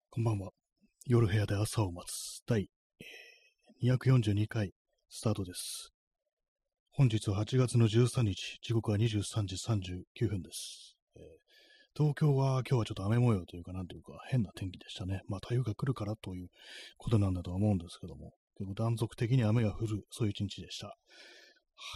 こんばんは。夜部屋で朝を待つ第242回スタートです。本日は8月の13日、時刻は23時39分です。東京は今日はちょっと雨模様というか、なんというか変な天気でしたね。まあ台風が来るからということなんだとは思うんですけども、結構断続的に雨が降る、そういう一日でした。はい。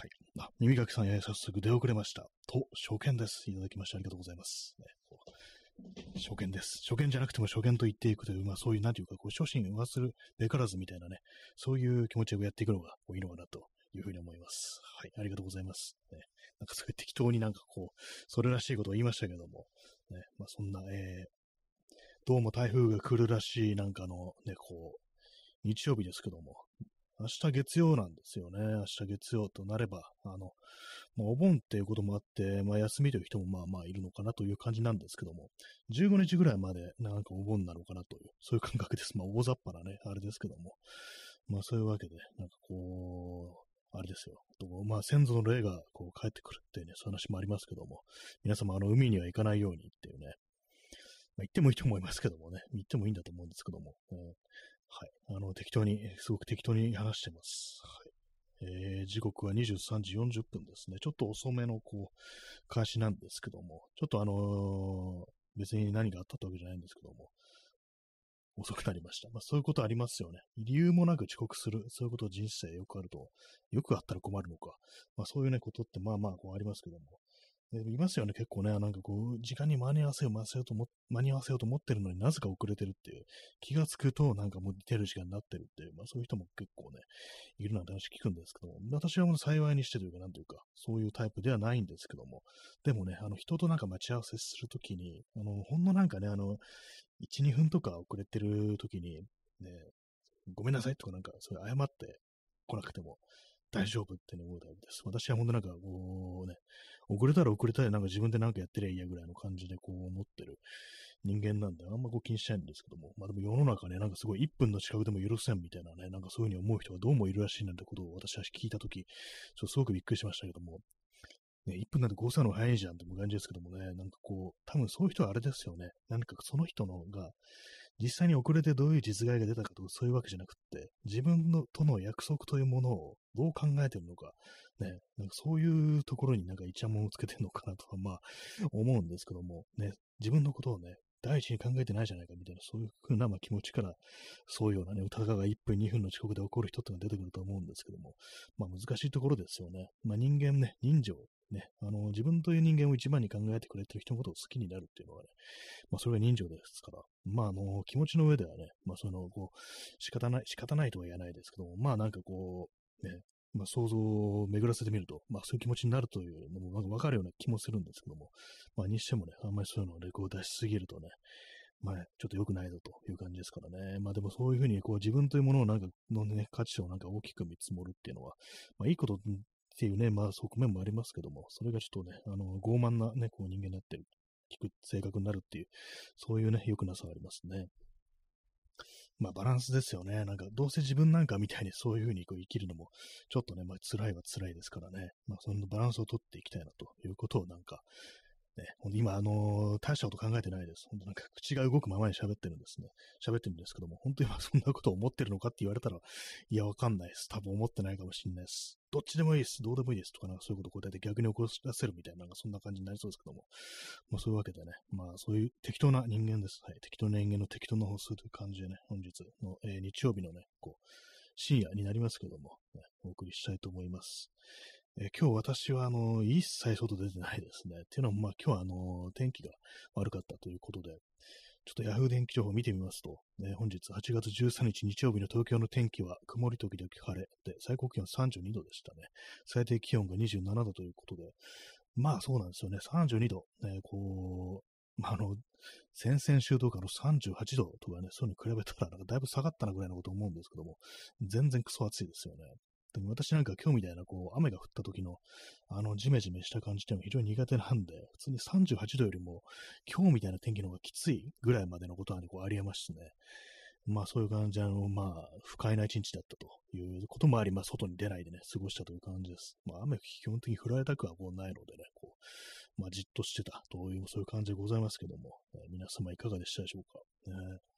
耳かきさん早速出遅れました。と、初見です。いただきましてありがとうございます。初見です。初見じゃなくても初見と言っていくという、まあそういう、なんていうか、初心忘るべからずみたいなね、そういう気持ちをやっていくのがいいのかなというふうに思います。はい、ありがとうございます。ね、なんかそういう適当になんかそれらしいことを言いましたけども、ね、まあそんな、どうも台風が来るらしい、なんか日曜日ですけども、明日月曜なんですよね。明日月曜となれば、まあ、お盆っていうこともあって、まあ、休みという人もまあまあいるのかなという感じなんですけども、15日ぐらいまでなんかお盆なのかなという、そういう感覚です。まあ、大雑把なね、あれですけども。まあ、そういうわけで、なんかあれですよ。まあ、先祖の霊が帰ってくるっていうね、そういう話もありますけども、皆様、海には行かないようにっていうね、まあ、行ってもいいと思いますけどもね、行ってもいいんだと思うんですけども、はい。適当に、すごく適当に話してます。はい。時刻は23時40分ですね。ちょっと遅めの、開始なんですけども、ちょっと別に何があったってわけじゃないんですけども、遅くなりました。まあそういうことありますよね。理由もなく遅刻する。そういうこと人生よくあると、よくあったら困るのか。まあそういうね、ことってまあまあありますけども、いますよね、結構ね、なんか時間に間に合わせようと思ってるのになぜか遅れてるっていう、気がつくと、なんかもう出る時間になってるっていう、まあそういう人も結構ね、いるなんて話聞くんですけども、私はもう幸いにしてというか、なんというか、そういうタイプではないんですけども、でもね、人となんか待ち合わせするときに、ほんのなんかね、1、2分とか遅れてるときに、ね、ごめんなさいとかなんか、それ謝って来なくても大丈夫って思うタイプです。私は本当なんか遅れたら遅れたらなんか自分でなんかやってりゃいいやぐらいの感じで思ってる人間なんで、あんま気にしないんですけども、まあでも世の中ね、なんかすごい1分の近くでも許せんみたいなね、なんかそういうふうに思う人がどうもいるらしいなんてことを私は聞いたとき、すごくびっくりしましたけども、ね、1分なんて誤差の早いじゃんって感じですけどもね、なんか多分そういう人はあれですよね。何かその人のが、実際に遅れてどういう実害が出たかとかそういうわけじゃなくって、自分のとの約束というものをどう考えてるのか、ね、なんかそういうところになんかイチャモンをつけてるのかなとは、まあ、思うんですけども、ね、自分のことをね、第一に考えてないじゃないかみたいな、そういうふうな、まあ、気持ちから、そういうようなね、たかが1分、2分の遅刻で起こる人ってのが出てくると思うんですけども、まあ難しいところですよね。まあ人間ね、人情、ね、自分という人間を一番に考えてくれてる人のことを好きになるっていうのはね、まあ、それが人情ですから、まあ、気持ちの上ではね、まあ、仕方ないとは言わないですけども、まあ、なんかね、まあ、想像を巡らせてみると、まあ、そういう気持ちになるというのも、なんかわかるような気もするんですけども、まあ、にしてもね、あんまりそういうのをレコを出しすぎるとね、まあ、ちょっと良くないぞという感じですからね。まあ、でもそういうふうに、自分というものをなんか、のね、価値をなんか大きく見積もるっていうのは、まあ、いいことっていうね、まあ、側面もありますけども、それがちょっとね、傲慢なね、人間になってる聞く性格になるっていう、そういうね、良くなさがありますね。まあ、バランスですよね。なんか、どうせ自分なんかみたいにそういうふうに生きるのも、ちょっとね、まあ、辛いは辛いですからね。まあ、そのバランスをとっていきたいなということをなんか、ね、ほんと今、大したこと考えてないです。本当なんか口が動くままに喋ってるんですね。喋ってるんですけども、本当に今そんなことを思ってるのかって言われたら、いや、わかんないです。多分思ってないかもしれないです。どっちでもいいです。どうでもいいです。とか、なんかそういうことを答えて逆に起こらせるみたいな、なんかそんな感じになりそうですけども。まあそういうわけでね、まあそういう適当な人間です。はい。適当な人間の適当な歩数という感じでね、本日の、日曜日のね、深夜になりますけども、ね、お送りしたいと思います。今日私は一切外出てないですね。っていうのも、まあ今日は天気が悪かったということで、ちょっとヤフー天気情報を見てみますと、本日8月13日日曜日の東京の天気は曇り時々晴れで、最高気温32度でしたね。最低気温が27度ということで、まあそうなんですよね。32度。まあ先々週とかの38度とかね、そういうのに比べたら、なんかだいぶ下がったなぐらいのこと思うんですけども、全然クソ暑いですよね。でも私なんか今日みたいな、雨が降った時の、ジメジメした感じっていうのが非常に苦手なんで、普通に38度よりも、今日みたいな天気の方がきついぐらいまでのことはね、ありえますね。まあそういう感じで、まあ、不快な一日だったということもあり、まあ外に出ないでね、過ごしたという感じです。まあ雨基本的に降られたくはないのでね、まあじっとしてたという、そういう感じでございますけども、皆様いかがでしたでしょうか。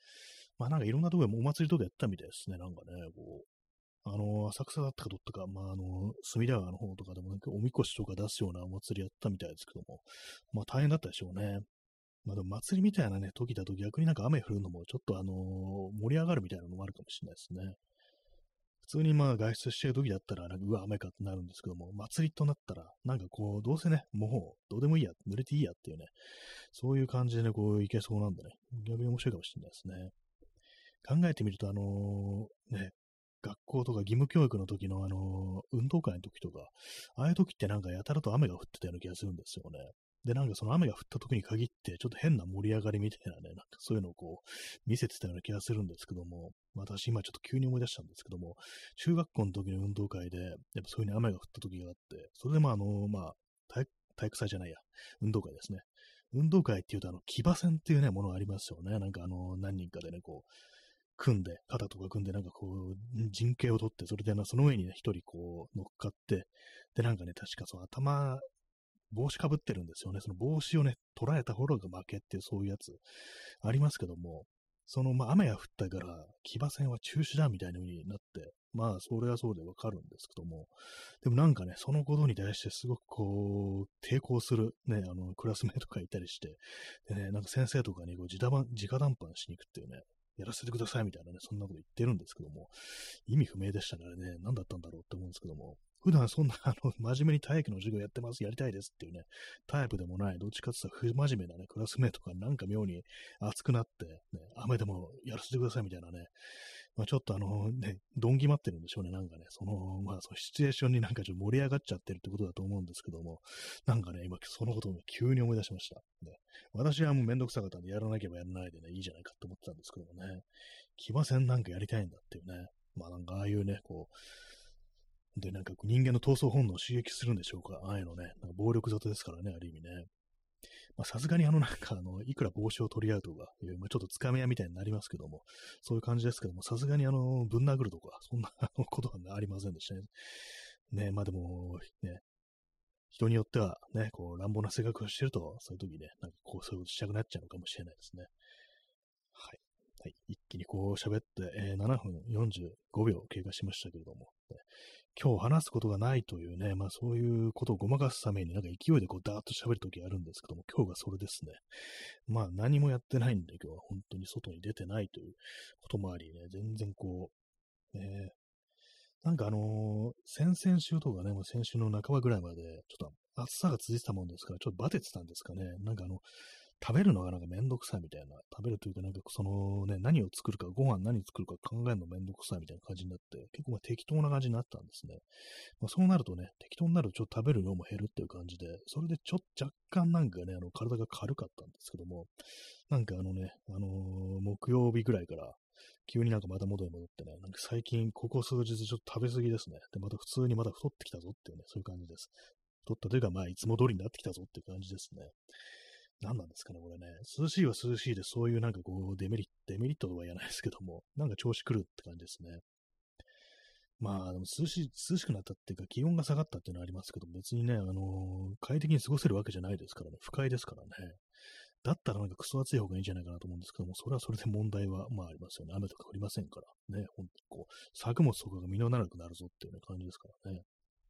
まあなんかいろんなところでお祭りとかやったみたいですね。なんかね、こう、浅草だったかどったか、まあ隅田川の方とかでもなんかおみこしとか出すようなお祭りやったみたいですけども、まあ大変だったでしょうね。まあでも祭りみたいなね、時だと逆になんか雨降るのもちょっと盛り上がるみたいなのもあるかもしれないですね。普通にまあ外出してる時だったら、なんかうわ、雨かってなるんですけども、祭りとなったら、なんかこう、どうせね、もうどうでもいいや、濡れていいやっていうね、そういう感じでね、こういけそうなんでね、逆に面白いかもしれないですね。考えてみると、ね、学校とか義務教育の時の運動会の時とか、ああいう時ってなんかやたらと雨が降ってたような気がするんですよね。で、なんかその雨が降った時に限って、ちょっと変な盛り上がりみたいなね、なんかそういうのをこう、見せてたような気がするんですけども、私今ちょっと急に思い出したんですけども、中学校の時の運動会で、やっぱそういう雨が降った時があって、それでまあ体育祭じゃないや、運動会ですね。運動会っていうと騎馬戦っていうね、ものがありますよね。なんか何人かでね、こう、組んで、肩とか組んで、なんかこう、陣形を取って、それでその上にね、一人こう乗っかって、で、なんかね、確かその帽子かぶってるんですよね。その帽子をね、捉えた方が負けっていう、そういうやつありますけども、まあ、雨が降ったから、騎馬戦は中止だみたいな風になって、まあ、それはそうでわかるんですけども、でもなんかね、そのことに対してすごくこう、抵抗するね、クラスメイトがいたりして、でね、なんか先生とかにこう直談判しに行くっていうね、やらせてくださいみたいなね、そんなこと言ってるんですけども、意味不明でしたね、あれね、何だったんだろうって思うんですけども、普段そんな、真面目に体育の授業やってます、やりたいですっていうね、タイプでもない、どっちかって言ったら不真面目なね、クラスメイトがなんか妙に熱くなって、ね、雨でもやらせてくださいみたいなね、まあ、ちょっとね、どんぎまってるんでしょうね、なんかね、まあ、そのシチュエーションになんかちょっと盛り上がっちゃってるってことだと思うんですけども、なんかね、今、そのことを、ね、急に思い出しました。ね、私はもうめんどくさかったんで、やらなければやらないでね、いいじゃないかって思ってたんですけどもね、騎馬戦なんかやりたいんだっていうね、まあなんかああいうね、こう、で、なんか人間の闘争本能を刺激するんでしょうか、ああいうのね、なんか暴力沙汰ですからね、ある意味ね。まあ、さすがになんかいくら帽子を取り合うとかいう、まあ、ちょっとつかみ合いみたいになりますけども、そういう感じですけども、さすがにぶん殴るとか、そんなことはありませんでしたね。ね、まあでも、ね、人によってはね、こう、乱暴な性格をしてると、そういう時ね、なんかこう、そういうことしたくなっちゃうのかもしれないですね。はい。はい、一気にこう喋って、7分45秒経過しましたけれども、ね、今日話すことがないというね、まあそういうことをごまかすためになんか勢いでこうダーッと喋るときあるんですけども、今日がそれですね。まあ何もやってないんで今日は本当に外に出てないということもありね、全然こう、なんか先々週とかね、もう先週の半ばぐらいまで、ちょっと暑さが続いてたもんですから、ちょっとバテてたんですかね。なんか食べるのがなんかめんどくさいみたいな、食べるというかなんか何を作るか、ご飯何作るか考えるのめんどくさいみたいな感じになって、結構まあ適当な感じになったんですね。まあ、そうなるとね、適当になるとちょっと食べる量も減るっていう感じで、それでちょっと若干なんかね、体が軽かったんですけども、なんか木曜日ぐらいから、急になんかまた元に戻ってね、なんか最近、ここ数日ちょっと食べ過ぎですね。で、また普通にまた太ってきたぞっていうね、そういう感じです。太ったというか、まあ、いつも通りになってきたぞっていう感じですね。何なんですかね、これね。涼しいは涼しいで、そういうなんかこう、デメリットとは言わないですけども、なんか調子狂うって感じですね。まあ、でも涼しくなったっていうか、気温が下がったっていうのはありますけど、別にね、快適に過ごせるわけじゃないですからね、不快ですからね。だったらなんかクソ暑い方がいいんじゃないかなと思うんですけども、それはそれで問題は、まあありますよね。雨とか降りませんから。ね、ほんとこう、作物とかが実らなくなるぞっていうね、感じですからね。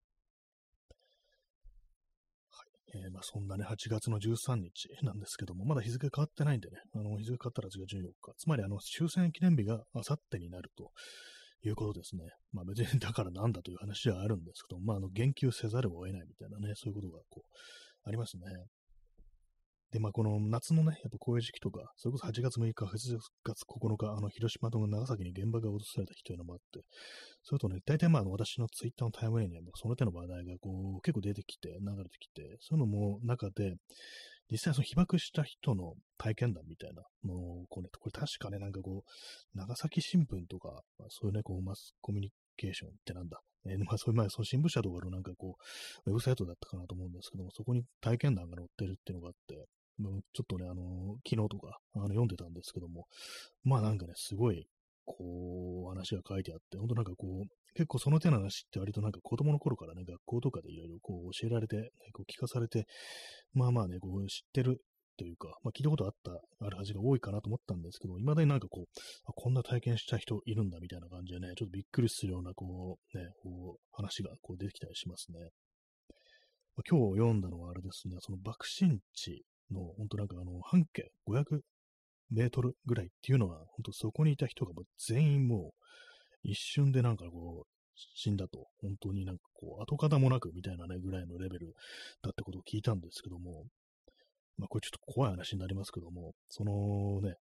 まあそんなね、8月の13日なんですけども、まだ日付変わってないんでね、日付変わったら8月14日。つまり終戦記念日があさってになるということですね。まあ別にだからなんだという話ではあるんですけども、まあ言及せざるを得ないみたいなね、そういうことがこう、ありますね。で、まあ、この夏のね、やっぱこういう時期とか、それこそ8月6日、8月9日、広島と長崎に原爆が落とされた日というのもあって、それとね、大体まあ、私のツイッターのタイムラインには、その手の話題がこう、結構出てきて、流れてきて、そういうのも中で、実際その被爆した人の体験談みたいなのを、これ確かね、なんかこう、長崎新聞とか、まあ、そういうね、こう、マスコミュニケーションってなんだ、まあ、そういう、まあ、その新聞社とかのなんかこう、ウェブサイトだったかなと思うんですけども、そこに体験談が載ってるっていうのがあって、ちょっとね、昨日とか、読んでたんですけども、まあなんかね、すごい、こう、話が書いてあって、ほんとなんかこう、結構その手の話って割となんか子供の頃からね、学校とかでいろいろこう教えられて、ね、こう聞かされて、まあまあね、こう知ってるというか、まあ、聞いたことあるはずが多いかなと思ったんですけど、未だになんかこう、こんな体験した人いるんだみたいな感じでね、ちょっとびっくりするような、こう、ね、こう、話がこう出てきたりしますね。まあ、今日読んだのはあれですね、その爆心地の、本当なんか半径500メートルぐらいっていうのは、本当そこにいた人がもう全員もう、一瞬でなんかこう、死んだと、本当になんかこう、跡形もなくみたいなね、ぐらいのレベルだってことを聞いたんですけども、まあこれちょっと怖い話になりますけども、そのね、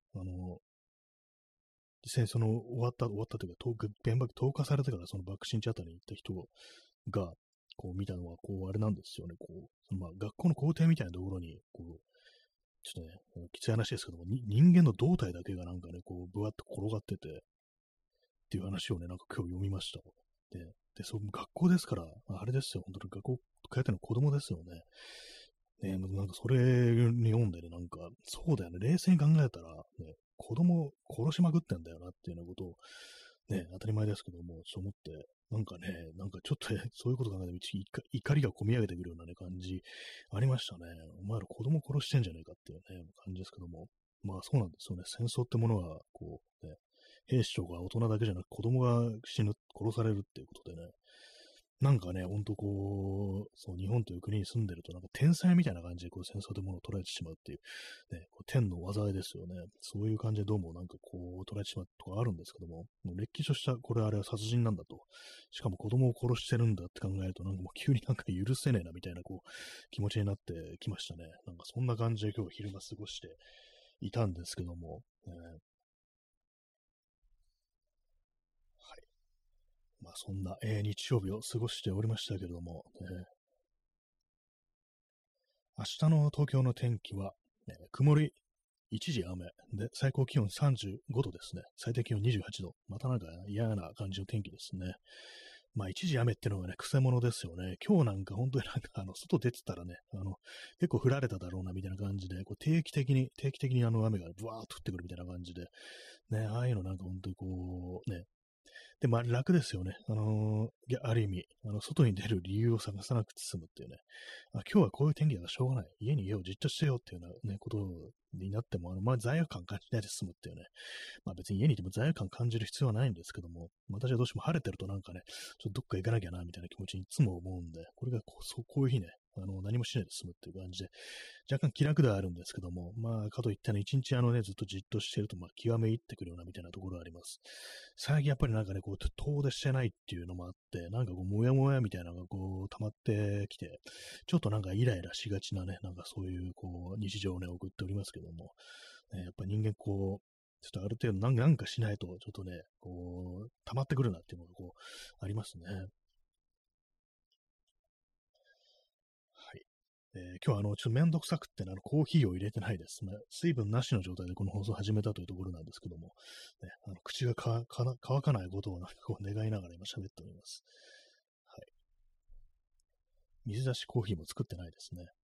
実際にその終わったというか、原爆投下されてからその爆心地あたりに行った人が、こう見たのは、こうあれなんですよね、こう、そのまあ学校の校庭みたいなところに、こう、ちょっとね、きつい話ですけども、人間の胴体だけがなんかね、こう、ぶわっと転がってて、っていう話をね、なんか今日読みました。そう、学校ですから、あれですよ、本当に学校通っての子供ですよね。ね、なんかそれに読んでね、なんか、そうだよね、冷静に考えたら、ね、子供殺しまくってんだよなっていうようなことを、ね、当たり前ですけども、そう思って、なんかね、なんかちょっとね、そういうこと考えて怒りが込み上げてくるようなね、感じありましたね。お前ら子供殺してんじゃねえかっていうね、感じですけども。まあそうなんですよね。戦争ってものは、こう、ね、兵士とか大人だけじゃなく子供が死ぬ、殺されるっていうことでね、なんかね、ほんとこう、そう、日本という国に住んでると、なんか天才みたいな感じでこう戦争というものを捉えてしまうっていう、ね、こう天の災いですよね。そういう感じでどうもなんかこう捉えてしまうとかあるんですけども、もうれっきとしたこれあれは殺人なんだと。しかも子供を殺してるんだって考えると、なんかもう急になんか許せねえなみたいなこう気持ちになってきましたね。なんかそんな感じで今日昼間過ごしていたんですけども、はい。まあそんな、日曜日を過ごしておりましたけれども、明日の東京の天気は、曇り、一時雨で、最高気温35度ですね。最低気温28度。またなんか嫌な感じの天気ですね。まあ一時雨ってのがね、癖物ですよね。今日なんか本当になんか外出てたらね、結構降られただろうなみたいな感じで、こう定期的に雨がブワーっと降ってくるみたいな感じで、ね、ああいうのなんか本当にこう、ね、で、まあ楽ですよね。ある意味、外に出る理由を探さなくて済むっていうね。今日はこういう天気だからしょうがない。家にいよう、じっとしてよっていうようなね、ことになっても、まあ罪悪感感じないで済むっていうね。まあ別に家にいても罪悪感感じる必要はないんですけども、私はどうしても晴れてるとなんかね、ちょっとどっか行かなきゃな、みたいな気持ちにいつも思うんで、これがこういう日ね、何もしないで済むっていう感じで、若干気楽ではあるんですけども、まあ、かといってね、一日ね、ずっとじっとしてると、まあ、極め入ってくるようなみたいなところがあります。最近やっぱりなんかね、こう、遠出してないっていうのもあって、なんかこう、もやもやみたいなのがこう、溜まってきて、ちょっとなんかイライラしがちなね、なんかそういう、こう、日常をね、送っておりますけども、やっぱ人間こう、ちょっとある程度なんかしないと、ちょっとね、こう、溜まってくるなっていうのがこう、ありますね。はい。今日はちょっとめんどくさくってね、コーヒーを入れてないですね。水分なしの状態でこの放送を始めたというところなんですけども、ね、口が乾かないことをなんかこう願いながら今喋っております。はい。水出しコーヒーも作ってないですね。やっ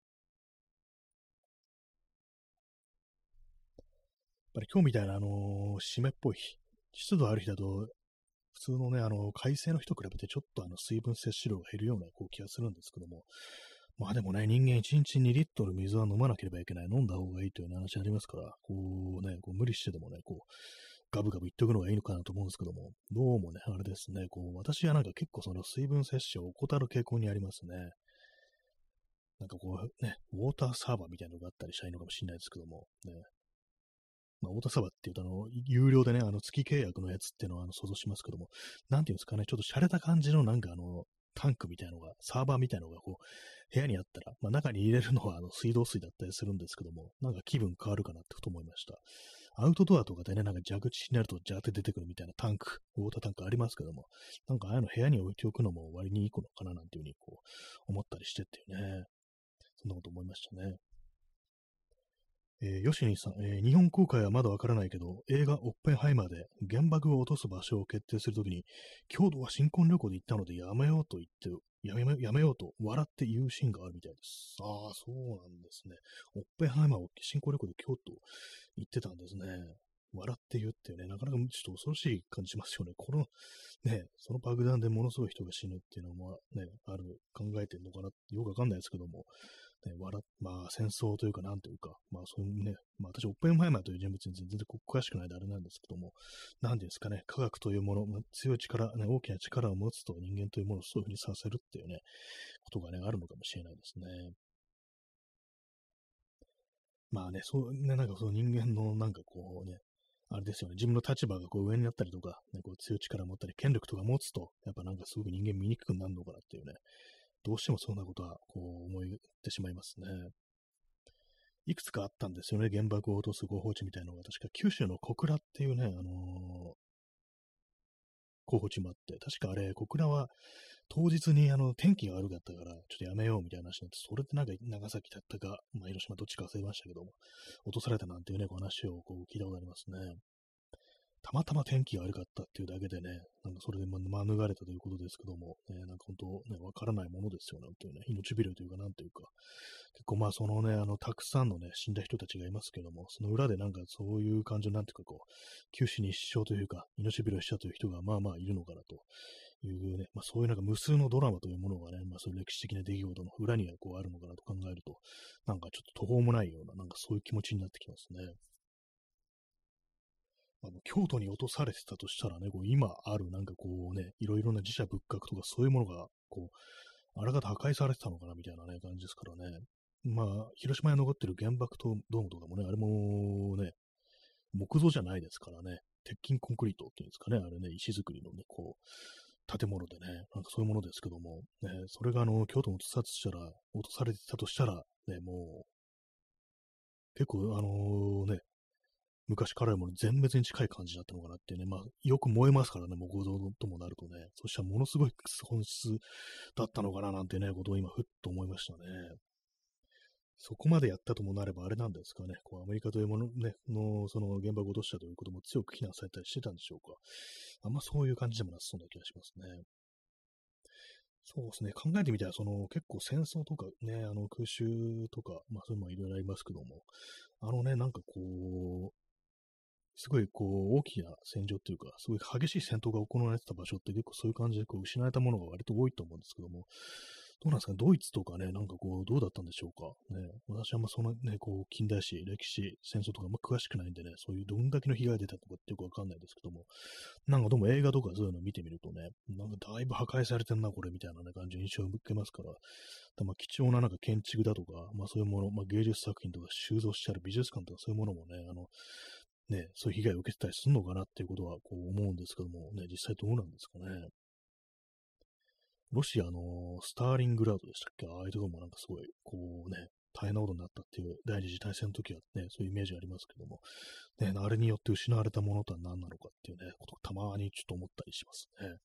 ぱり今日みたいな湿っぽい日、湿度ある日だと、普通のね、快晴の日と比べてちょっと水分摂取量が減るようなこう気がするんですけども、まあでもね、人間1日2リットル水は飲まなければいけない、飲んだ方がいいという話ありますから、こうね、こう無理してでもね、こう、ガブガブいっとくのがいいのかなと思うんですけども、どうもね、あれですね、こう、私はなんか結構その水分摂取を怠る傾向にありますね。なんかこうね、ウォーターサーバーみたいなのがあったりしたらいいのかもしれないですけども、ね、まあ、ウォーターサーバーって言うと有料でね、月契約のやつっていうのは想像しますけども、なんていうんですかね、ちょっと洒落た感じのなんかタンクみたいなのが、サーバーみたいなのがこう、部屋にあったら、まあ中に入れるのは水道水だったりするんですけども、なんか気分変わるかなってふと思いました。アウトドアとかでね、なんか蛇口になるとジャーって出てくるみたいなタンク、ウォータータンクありますけども、なんかああいうの部屋に置いておくのも割にいいのかななんていうふうにこう思ったりしてっていうね、そんなこと思いましたね。ヨシニさん、日本公開はまだわからないけど、映画オッペンハイマーで原爆を落とす場所を決定するときに、郷土は新婚旅行で行ったのでやめようと言って、やめようと笑って言うシーンがあるみたいです。ああ、そうなんですね。オッペンハイマーを新婚旅行で京都行ってたんですね。笑って言うってね、なかなかちょっと恐ろしい感じしますよね。ね、その爆弾でものすごい人が死ぬっていうのもね、考えてるのかな、よくわかんないですけども、 まあ戦争というかなんというか、まあそういうね、まあ私オッペンハイマーという人物に全然詳しくないであれなんですけども、なんですかね、科学というもの、まあ、強い力、ね、大きな力を持つと人間というものをそういうふうにさせるっていうね、ことがね、あるのかもしれないですね。まあね、そうね、なんかその人間のなんかこうね、あれですよね、自分の立場がこう上になったりとか、ね、こう強い力を持ったり、権力とか持つと、やっぱなんかすごく人間見にくくなるのかなっていうね、どうしてもそんなことはこう思ってしまいますね。いくつかあったんですよね、原爆を落とす合法地みたいなのが、確か九州の小倉っていうね、候補地もあって、確かあれ、小倉は当日に天気が悪かったから、ちょっとやめようみたいな話になって、それでなんか長崎だったか、まあ、広島どっちか忘れましたけども、落とされたなんていうね、こう話をこう聞いたことありますね。たまたま天気が悪かったっていうだけでね、なんかそれで免れたということですけども、なんか本当ね、わからないものですよね、というね、命拾いというか、なんというか、結構まあそのね、たくさんのね、死んだ人たちがいますけども、その裏でなんかそういう感じの、なんていうかこう、九死に一生というか、命拾いしたという人がまあまあいるのかなというね、まあそういうなんか無数のドラマというものがね、まあそういう歴史的な出来事の裏にはこうあるのかなと考えると、なんかちょっと途方もないような、なんかそういう気持ちになってきますね。京都に落とされてたとしたらね、こう今あるなんかこうね、いろいろな寺社仏閣とかそういうものが、こう、あらかた破壊されてたのかなみたいなね、感じですからね。まあ、広島に残ってる原爆とドームとかもね、あれもね、木造じゃないですからね、鉄筋コンクリートっていうんですかね、あれね、石造りのね、こう、建物でね、なんかそういうものですけども、ね、それが京都に落とされてたとしたら、ね、もう、結構ね、昔からも全滅に近い感じだったのかなってね、まあ、よく燃えますからね、もう合同ともなるとね、そしたらものすごい本質だったのかななんてね、ことを今、ふっと思いましたね。そこまでやったともなればあれなんですかね、こうアメリカというものね、その原爆を落としたということも強く非難されたりしてたんでしょうか。あんまそういう感じでもなさそうな気がしますね。そうですね、考えてみたら、結構戦争とかね、空襲とか、まあそういうのもいろいろありますけども、なんかこう、すごいこう大きな戦場というか、すごい激しい戦闘が行われてた場所って結構そういう感じでこう失われたものが割と多いと思うんですけども、どうなんですかね、ドイツとかね、なんかこう、どうだったんでしょうか。ね、私はあんまそのね、こう、近代史、歴史、戦争とかあんま詳しくないんでね、そういうどんだけの被害が出たとかってよくわかんないですけども、なんかどうも映画とかそういうのを見てみるとね、なんかだいぶ破壊されてんな、これみたいなね、感じの印象を受けますから、まあ、貴重ななんか建築だとか、まあそういうもの、まあ芸術作品とか収蔵してある美術館とかそういうものもね、ね、そういう被害を受けてたりするのかなっていうことはこう思うんですけども、ね、実際どうなんですかね。ロシアのスターリングラードでしたっけ、ああいうところもなんかすごい、こうね、大変なことになったっていう第二次大戦の時はね、そういうイメージありますけども、ね、あれによって失われたものとは何なのかっていうね、ことをたまにちょっと思ったりしますね。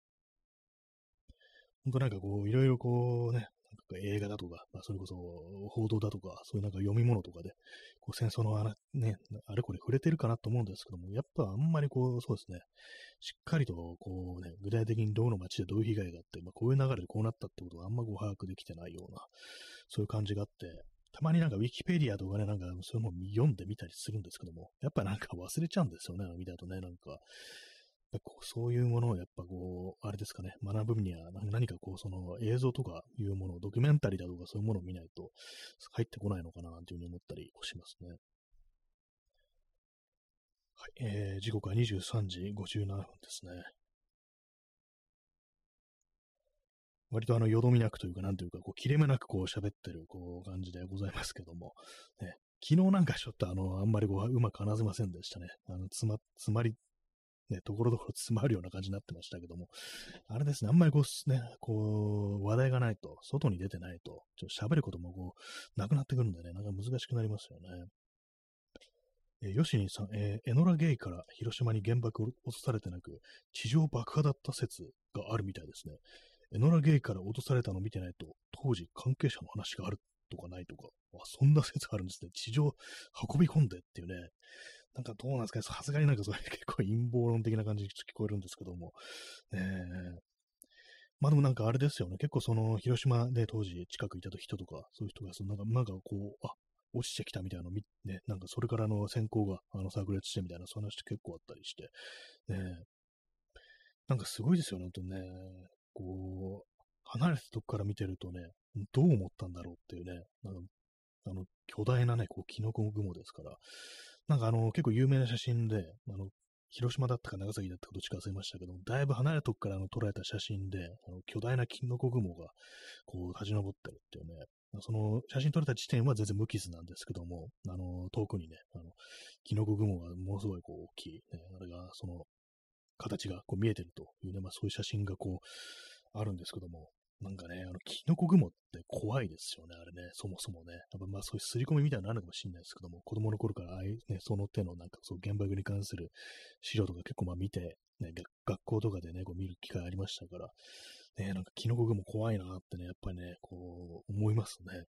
本当なんかこう、いろいろこうね、なんか映画だとか、まあ、それこそ報道だとか、そういうなんか読み物とかで、こう戦争のね、あれこれ触れてるかなと思うんですけども、やっぱあんまりこう、そうですね、しっかりとこうね、具体的にどの街でどういう被害があって、まあ、こういう流れでこうなったってことがあんまこう把握できてないような、そういう感じがあって、たまになんかウィキペディアとかね、なんかそういうのを読んでみたりするんですけども、やっぱなんか忘れちゃうんですよね、見たとね、なんか。こうそういうものをやっぱこう、あれですかね、学ぶには何かこう、その映像とかいうものを、ドキュメンタリーだとかそういうものを見ないと入ってこないのかななんていうふうに思ったりしますね。はい、時刻は23時57分ですね。割とよどみなくというか、なんというか、こう、切れ目なくこう喋ってる、こう、感じでございますけども、ね、昨日なんかちょっとあんまりこう、うまく話せませんでしたね。詰まり、ね、ところどころ詰まるような感じになってましたけども、あれですね、あんまりこう、ね、こう、話題がないと、外に出てないと、ちょっと喋ることもこう、なくなってくるんでね、なんか難しくなりますよね。ヨシニさん、エノラ・ゲイから広島に原爆を落とされてなく、地上爆破だった説があるみたいですね。エノラ・ゲイから落とされたのを見てないと、当時関係者の話があるとかないとか、そんな説あるんですね。地上運び込んでっていうね。なんかどうなんですかね。さすがになんかそれ結構陰謀論的な感じに聞こえるんですけども。まあでもなんかあれですよね。結構その広島で当時近くいた人とか、そういう人がなんかこう、落ちてきたみたいなのをね、なんかそれから閃光が炸裂してみたいな、そういう話って結構あったりして、ね、なんかすごいですよね、本当にね。こう、 離れたとこから見てるとね、どう思ったんだろうっていうね、巨大なね、こう、キノコ雲ですから、結構有名な写真で、広島だったか長崎だったかどっちか忘れましたけど、だいぶ離れたとこから捉えた写真で、巨大なキノコ雲が、こう、立ち上ってるっていうね、その写真撮れた地点は全然無傷なんですけども、遠くにね、キノコ雲がものすごいこう大きい、ね、あれが、その、形がこう見えてるというね、まあそういう写真がこう、あるんですけども、なんかね、キノコ雲って怖いですよね、あれね、そもそもね。やっぱまあそういう刷り込みみたいなのあるのかもしれないですけども、子供の頃からああいうね、その手のなんかそう原爆に関する資料とか結構まあ見て、ね、学校とかでね、こう見る機会ありましたから、ね、なんかキノコ雲怖いなってね、やっぱりね、こう思いますね。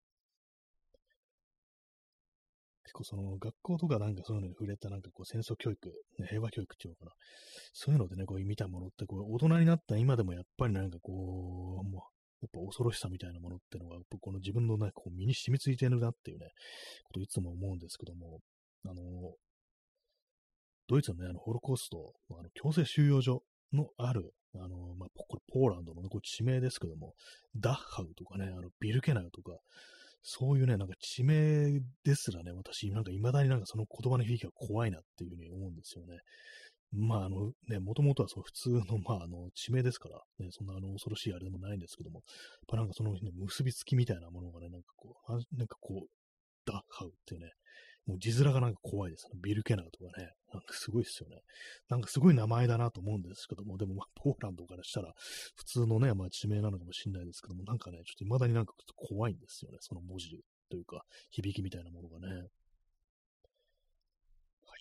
結構その学校とかなんかそういうのに触れたなんかこう戦争教育、ね、平和教育っていうのかな。そういうのでね、こう見たものってこう大人になった今でもやっぱりなんかこう、もうやっぱ恐ろしさみたいなものっていうのが、この自分のね、こう身に染みついてるなっていうね、ことをいつも思うんですけども、あの、ドイツのね、ホロコースト、強制収容所のある、まあ、これポーランドの、ね、こう地名ですけども、ダッハウとかね、ビルケナウとか、そういうね、なんか地名ですらね、私、なんか未だになんかその言葉の響きが怖いなっていうふうに思うんですよね。まあ、ね、もともとはそう普通の、まあ、地名ですから、ね、そんな恐ろしいあれでもないんですけども、やっぱなんかその、ね、結びつきみたいなものがね、なんかこう、なんかこう、ダッハウっていうね、もう字面がなんか怖いですね。ビルケナウとかね、なんかすごいですよね。なんかすごい名前だなと思うんですけども、でもまあ、ポーランドからしたら、普通のね、まあ地名なのかもしれないですけども、なんかね、ちょっと未だになんかちょっと怖いんですよね、その文字というか、響きみたいなものがね。はい。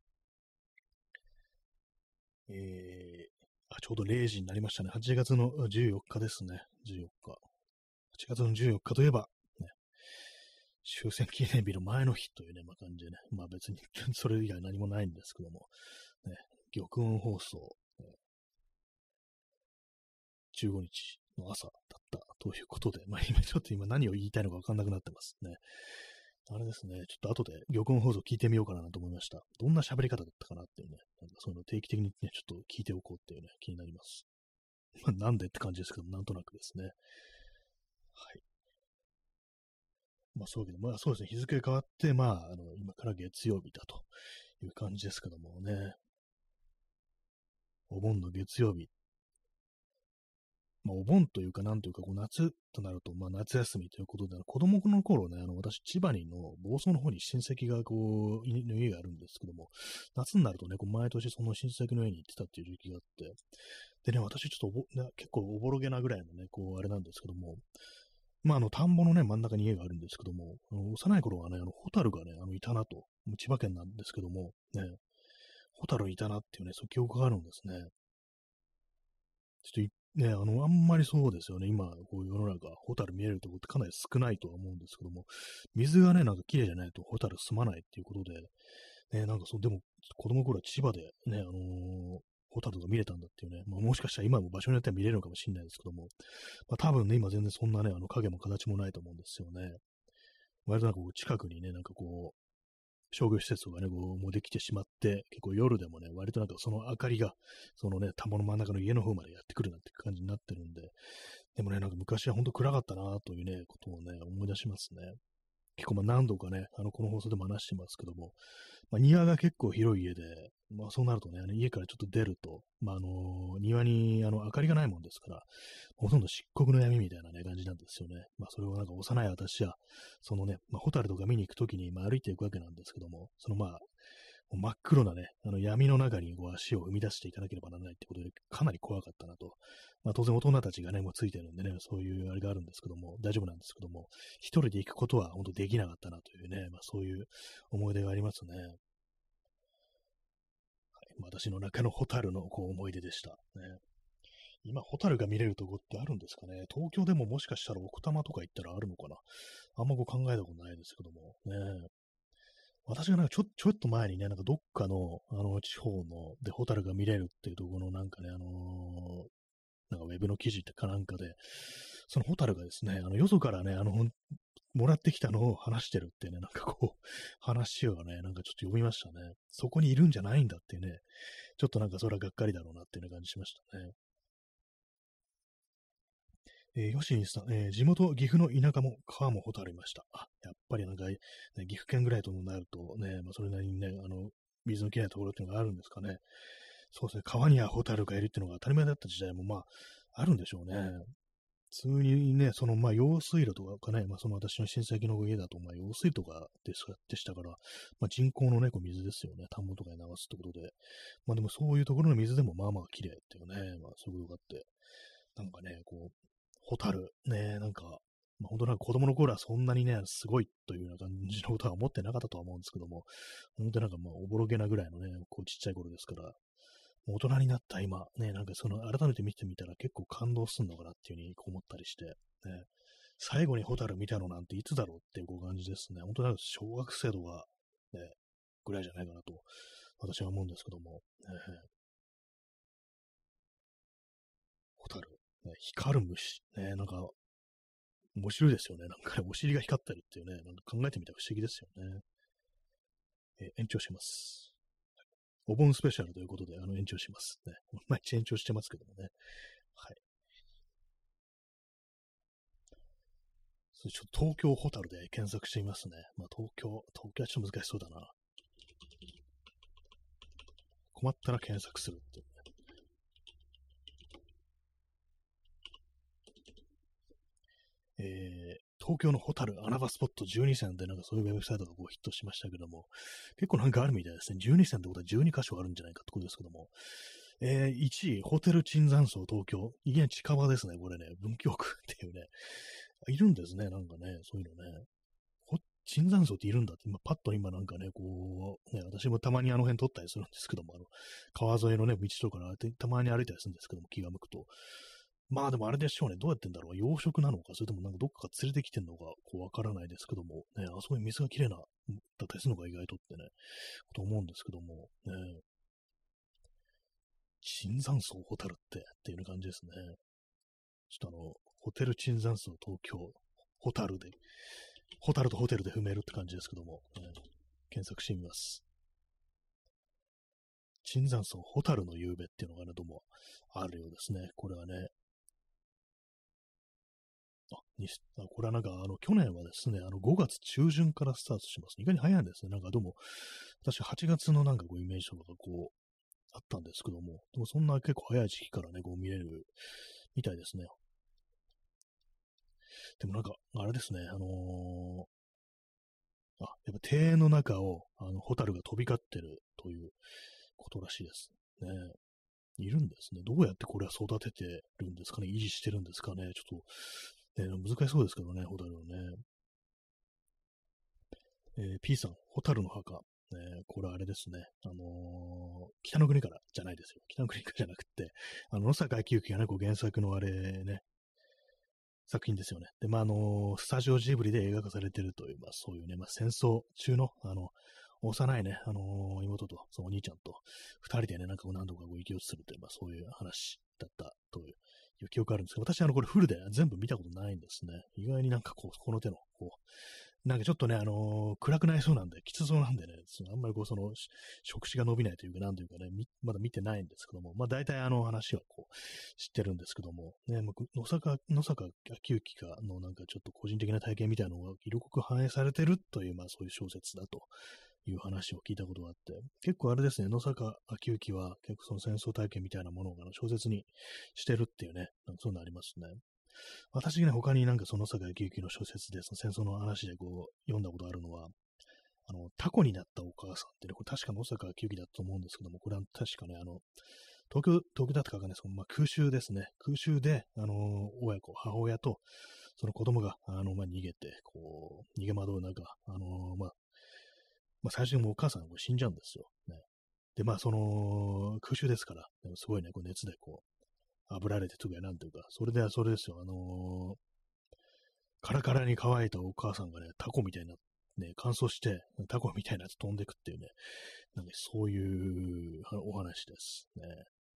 ちょうど0時になりましたね。8月の14日ですね。14日。8月の14日といえば、ね、終戦記念日の前の日というね、まあ、感じでね、まあ別にそれ以外何もないんですけども、ね、玉音放送、ね、15日の朝だったということで、まあ今何を言いたいのかわかんなくなってますね。あれですね、ちょっと後で玉音放送聞いてみようかなと思いました。どんな喋り方だったかなっていうね、なんかそういうのを定期的にね、ちょっと聞いておこうっていうね、気になります。まあ、なんでって感じですけども、なんとなくですね。はい。まあそういうわけで、まあそうですね、日付変わって、まあ、今から月曜日だという感じですけどもね、お盆の月曜日。まあお盆というか、なんというか、こう夏となると、まあ夏休みということで、子供の頃ね、私、千葉にの房総の方に親戚がこう、の家があるんですけども、夏になるとね、こう毎年その親戚の家に行ってたっていう時期があって、でね、私ちょっとね、結構おぼろげなぐらいのね、こう、あれなんですけども、まあ、田んぼのね、真ん中に家があるんですけども、幼い頃はね、ホタルがね、いたなと、千葉県なんですけども、ね、ホタルいたなっていうね、そういう記憶があるんですね。ちょっとね、あんまりそうですよね、今、こういう世の中、ホタル見えるところってかなり少ないとは思うんですけども、水がね、なんか綺麗じゃないとホタル住まないっていうことで、ね、なんかそう、でも、子供の頃は千葉でね、ホタルが見れたんだっていうね、まあ、もしかしたら今も場所によっては見れるのかもしれないですけども、まあ、多分ね、今全然そんなね、影も形もないと思うんですよね。割となんかこう近くにね、なんかこう、商業施設がね、こう、もうできてしまって、結構夜でもね、割となんかその明かりが、そのね、田んぼの真ん中の家の方までやってくるなんて感じになってるんで、でもね、なんか昔は本当暗かったなというね、ことをね、思い出しますね。結構まあ何度かね、この放送でも話してますけども、まあ、庭が結構広い家で、まあそうなるとね、家からちょっと出ると、まあ庭に明かりがないもんですから、ほとんど漆黒の闇みたいなね、感じなんですよね。まあそれをなんか幼い私は、そのね、まあホタルとか見に行くときに、まあ歩いていくわけなんですけども、そのまあ、真っ黒なね、闇の中にこう足を踏み出していかなければならないってことで、かなり怖かったなと。まあ当然大人たちがね、もうついてるんでね、そういうあれがあるんですけども、大丈夫なんですけども、一人で行くことは本当できなかったなというね、まあそういう思い出がありますね。私の中のホタルのこう思い出でした。ね。今、ホタルが見れるとこってあるんですかね。東京でももしかしたら奥多摩とか行ったらあるのかな。あんまこう考えたことないですけども。ね。私がなんかちょっと前にね、なんかどっかの、地方の、で、ホタルが見れるっていうところのなんかね、なんかウェブの記事ってかなんかで、そのホタルがですね、よそからね、もらってきたのを話してるってね、なんかこう、話をね、なんかちょっと読みましたね。そこにいるんじゃないんだっていうね、ちょっとなんかそれはがっかりだろうなっていうような感じしましたね。 吉西さん、地元岐阜の田舎も川もほとありました。あ、やっぱりなんか、ね、岐阜県ぐらいとなるとね、まあ、それなりにね、水のきれいなところっていうのがあるんですかね。そうですね、川にはホタルがいるっていうのが当たり前だった時代もまあ、あるんでしょうね。普通にね、まあ、用水路とかね、まあ、私の親戚の家だと、まあ、用水路とかでしたから、まあ、人工のね、こう水ですよね。田んぼとかに流すってことで。まあ、でもそういうところの水でもまあまあ綺麗っていうね、まあ、そういうことがあって、なんかね、こう、ホタル、ね、なんか、まあ、本当なんか子供の頃はそんなにね、すごいというような感じのことは思ってなかったとは思うんですけども、本当なんかまあ、おぼろげなぐらいのね、こうちっちゃい頃ですから、大人になった今、ね、なんか改めて見てみたら結構感動するのかなっていうふうに思ったりして、ね、最後にホタル見たのなんていつだろうっていうこう感じですね。本当なんか小学生とか、ね、ぐらいじゃないかなと、私は思うんですけども、ホタル、ね、光る虫、ね、なんか、面白いですよね。なんかね、お尻が光ったりっていうね、なんか考えてみたら不思議ですよね。延長します。お盆スペシャルということで、延長します。ね。毎日延長してますけどもね。はい。それちょっと東京ホタルで検索してみますね。まあ、東京はちょっと難しそうだな。困ったら検索するっていうね。東京のホタル穴場スポット12選でなんかそういうウェブサイトがこうヒットしましたけども、結構なんかあるみたいですね。12選ってことは12箇所あるんじゃないかってことですけども、1位、ホテル椿山荘東京。いきなり近場ですね、これね。文京区っていうね。いるんですね、なんかね、そういうのね。椿山荘っているんだって、パッと今なんかね、こう、ね、私もたまにあの辺撮ったりするんですけども、川沿いのね、道とかたまに歩いたりするんですけども、気が向くと。まあでもあれでしょうね。どうやってんだろう。養殖なのか、それともなんかどっか連れてきてんのか、こうわからないですけども、ね、あそこに水がきれいな、だったりするのが意外とってね、と思うんですけども、ね、椿山荘ホタルっていう感じですね。ちょっとホテル椿山荘東京、ホタルで、ホタルとホテルで踏めるって感じですけども、検索してみます。椿山荘ホタルの夕べっていうのがね、どうもあるようですね。これはね、これはなんか、去年はですね、5月中旬からスタートします。意外に早いんですね。なんかどうも、私8月のなんかこうイメージとかがこう、あったんですけども、でもそんな結構早い時期からね、こう見れるみたいですね。でもなんか、あれですね、やっぱ庭園の中を、ホタルが飛び交ってるということらしいですね。いるんですね。どうやってこれは育ててるんですかね。維持してるんですかね。ちょっと、難しそうですけどね、ホタルはね。P さん、ホタルの墓。これあれですね。北の国からじゃないですよ。北の国からじゃなくて、野坂昭之がね、こう原作のあれね、作品ですよね。で、まあ、スタジオジブリで映画化されてるという、まあ、そういうね、まあ、戦争中の、幼いね、妹と、そのお兄ちゃんと、二人でね、なんか何度かこう生き落ちするという、まあ、そういう話だったという記憶あるんですけど、私、これフルで全部見たことないんですね。意外になんかこう、この手の、こう、なんかちょっとね、暗くなりそうなんで、きつそうなんでね、あんまりこう、触手が伸びないというか、なんというかね、まだ見てないんですけども、まあ大体話はこう、知ってるんですけども、ね、野坂昭之が、なんかちょっと個人的な体験みたいなのが色濃く反映されてるという、まあそういう小説だという話を聞いたことがあって、結構あれですね、野坂昭之は結構その戦争体験みたいなものを小説にしてるっていうね、なんかそういうのありますね。私がね、他になんかその坂幸之の小説で、その戦争の話でこう、読んだことあるのは、タコになったお母さんってね、これ確か野坂幸之だと思うんですけども、これは確かね、東京だったかわかんないですけど、まあ、空襲ですね。空襲で、母親と、その子供が、まあ、逃げて、こう、逃げ惑う中、まあ、最初にもうお母さんが死んじゃうんですよ。ね。で、まあ、空襲ですから、すごいね、こう熱でこう、炙られてとかなんていうか、それですよ、カラカラに乾いたお母さんがね、タコみたいな、ね、乾燥して、タコみたいなやつ飛んでくっていうね、なんかそういうお話ですね。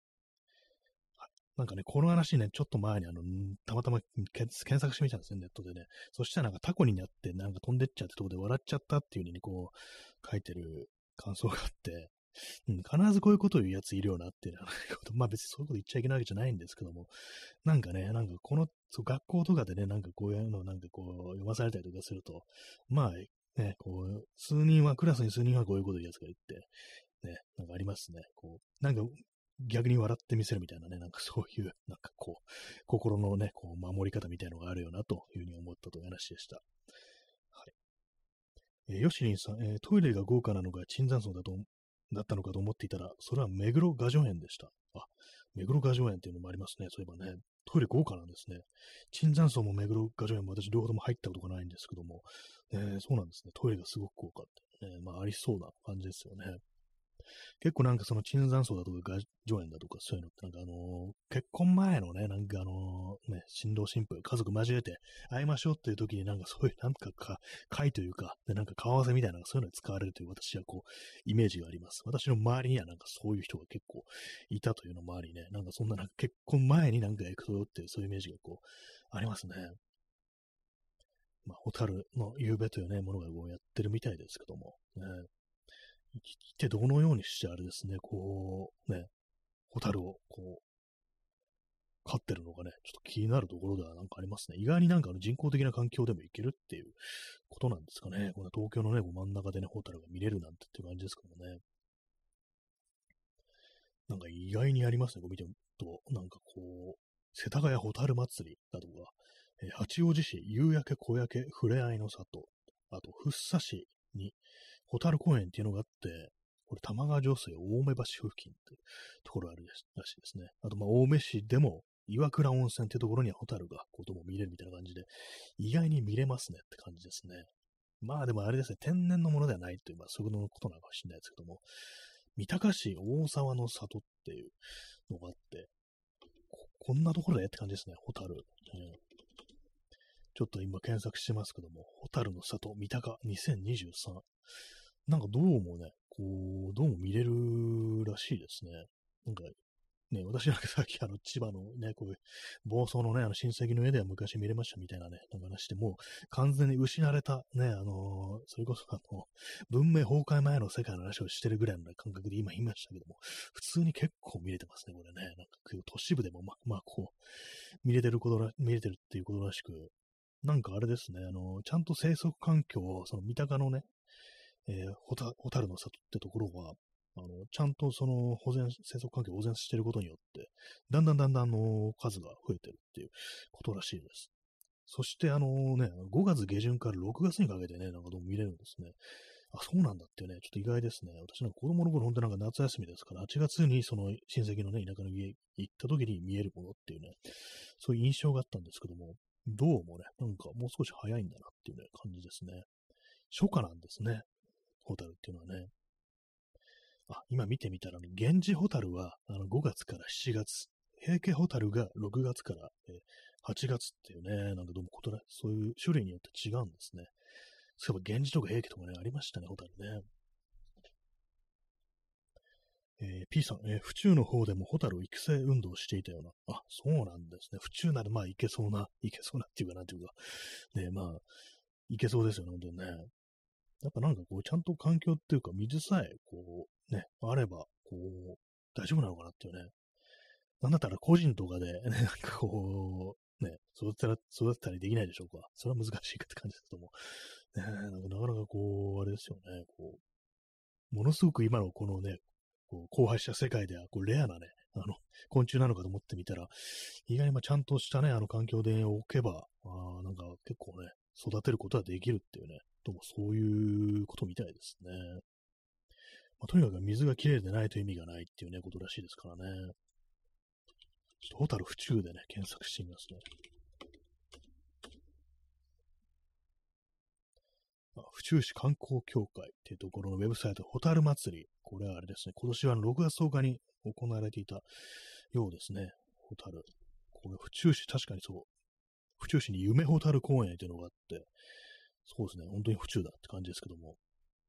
なんかね、この話ね、ちょっと前にたまたま検索してみたんですね、ネットでね。そしたらなんかタコになってなんか飛んでっちゃってとこで笑っちゃったっていう風にこう書いてる感想があって、 うん、必ずこういうことを言うやついるよなっていうようなこと、まあ別にそういうこと言っちゃいけないわけじゃないんですけども、なんかね、なんかこの、そう学校とかでね、なんかこういうのをなんかこう読まされたりとかすると、まあね、こう、クラスに数人はこういうこと言うやつがいて、ね、なんかありますね。こう、なんか逆に笑ってみせるみたいなね、なんかそういう、なんかこう、心のね、こう、守り方みたいなのがあるよなというふうに思ったという話でした。はい。ヨシリンさん、トイレが豪華なのが椿山荘だったのかと思っていたら、それは目黒雅叙園でした。あ、目黒雅叙園っていうのもありますね。そういえばね、トイレ豪華なんですね。椿山荘も目黒雅叙園も私両方とも入ったことがないんですけども、そうなんですね。トイレがすごく豪華って、まあありそうな感じですよね。結構なんかその椿山荘だとか、上演だとか、そういうのってなんか結婚前のね、なんかね、新郎新婦、家族交えて会いましょうっていう時になんかそういうなんか会というか、でなんか顔合わせみたいなそういうのに使われるという私はこう、イメージがあります。私の周りにはなんかそういう人が結構いたというのもありね、なんかそんななんか結婚前になんか行くとっていうそういうイメージがこう、ありますね。まあ、ホタルの夕べというね、ものがこうやってるみたいですけども、ね、生きてどのようにしてあれですね、こう、ね、ホタルをこう、飼ってるのかね、ちょっと気になるところではなんかありますね。意外になんか人工的な環境でも行けるっていうことなんですかね。この東京のね、こう真ん中でね、ホタルが見れるなんてっていう感じですけどもね。なんか意外にありますね、こう見てると。なんかこう、世田谷ホタル祭りだとか、八王子市夕焼け小焼けふれあいの里、あと福生市にホタル公園っていうのがあって、これ玉川上水青梅橋付近っていうところがあるらしいですね。あと、まあ、青梅市でも岩倉温泉っていうところにはホタルがこうとも見れるみたいな感じで、意外に見れますねって感じですね。まあでもあれですね、天然のものではないという、まあそういうことなのかもしれないですけども、三鷹市大沢の里っていうのがあって、こんなところでって感じですね、ホタル。ちょっと今検索してますけども、ホタルの里、三鷹2023。なんかどうもね、こう、どうも見れるらしいですね。なんかね、私なんかさっき千葉のね、こういう房総のね、親戚の家では昔見れましたみたいなね、なんか話して、もう完全に失われたね、それこそ文明崩壊前の世界の話をしてるぐらいの感覚で今言いましたけども、普通に結構見れてますね、これね。なんか都市部でもまあこう、見れてるっていうことらしく、なんかあれですね、ちゃんと生息環境を、その三鷹のね、ホタルの里ってところは、ちゃんとその生息環境を保全していることによって、だんだん数が増えてるっていうことらしいです。そして5月下旬から6月にかけてね、なんかどうも見れるんですね。あ、そうなんだっていうね、ちょっと意外ですね。私なんか子供の頃本当なんか夏休みですから、8月にその親戚のね、田舎の家行った時に見えるものっていうね、そういう印象があったんですけども、どうもね、なんかもう少し早いんだなっていうね、感じですね。初夏なんですね、ホタルっていうのはね。あ、今見てみたら、ゲンジホタルは5月から7月、平家ホタルが6月から8月っていうね、なんかどうもそういう種類によって違うんですね。そういえば源氏とか平家とかね、ありましたね、ホタルね。P さん、府中の方でもホタル育成運動をしていたような。あ、そうなんですね。府中ならまあいけそうなっていうかなんていうか、ね、まあ、いけそうですよね、本当にね。やっぱなんかこう、ちゃんと環境っていうか、水さえ、こう、ね、あれば、こう、大丈夫なのかなっていうね。なんだったら個人とかで、ね、なんかこう、ね、育てたりできないでしょうか。それは難しいかって感じですけども。ね、なんかなかなかこう、あれですよね、こう、ものすごく今のこのね、こう荒廃した世界では、こう、レアなね、昆虫なのかと思ってみたら、意外にまあちゃんとしたね、環境で置けば、なんか結構ね、育てることはできるっていうね、どうもそういうことみたいですね。まあ、とにかく水がきれいでないと意味がないっていうね、ことらしいですからね。ちょっとホタル府中でね、検索してみますね。府中市観光協会っていうところのウェブサイト、ホタル祭り。これはあれですね、今年は6月10日に行われていたようですね。ホタル。これ、府中市、確かにそう。府中市に夢ホタル公園っていうのがあって、そうですね、本当に府中だって感じですけども。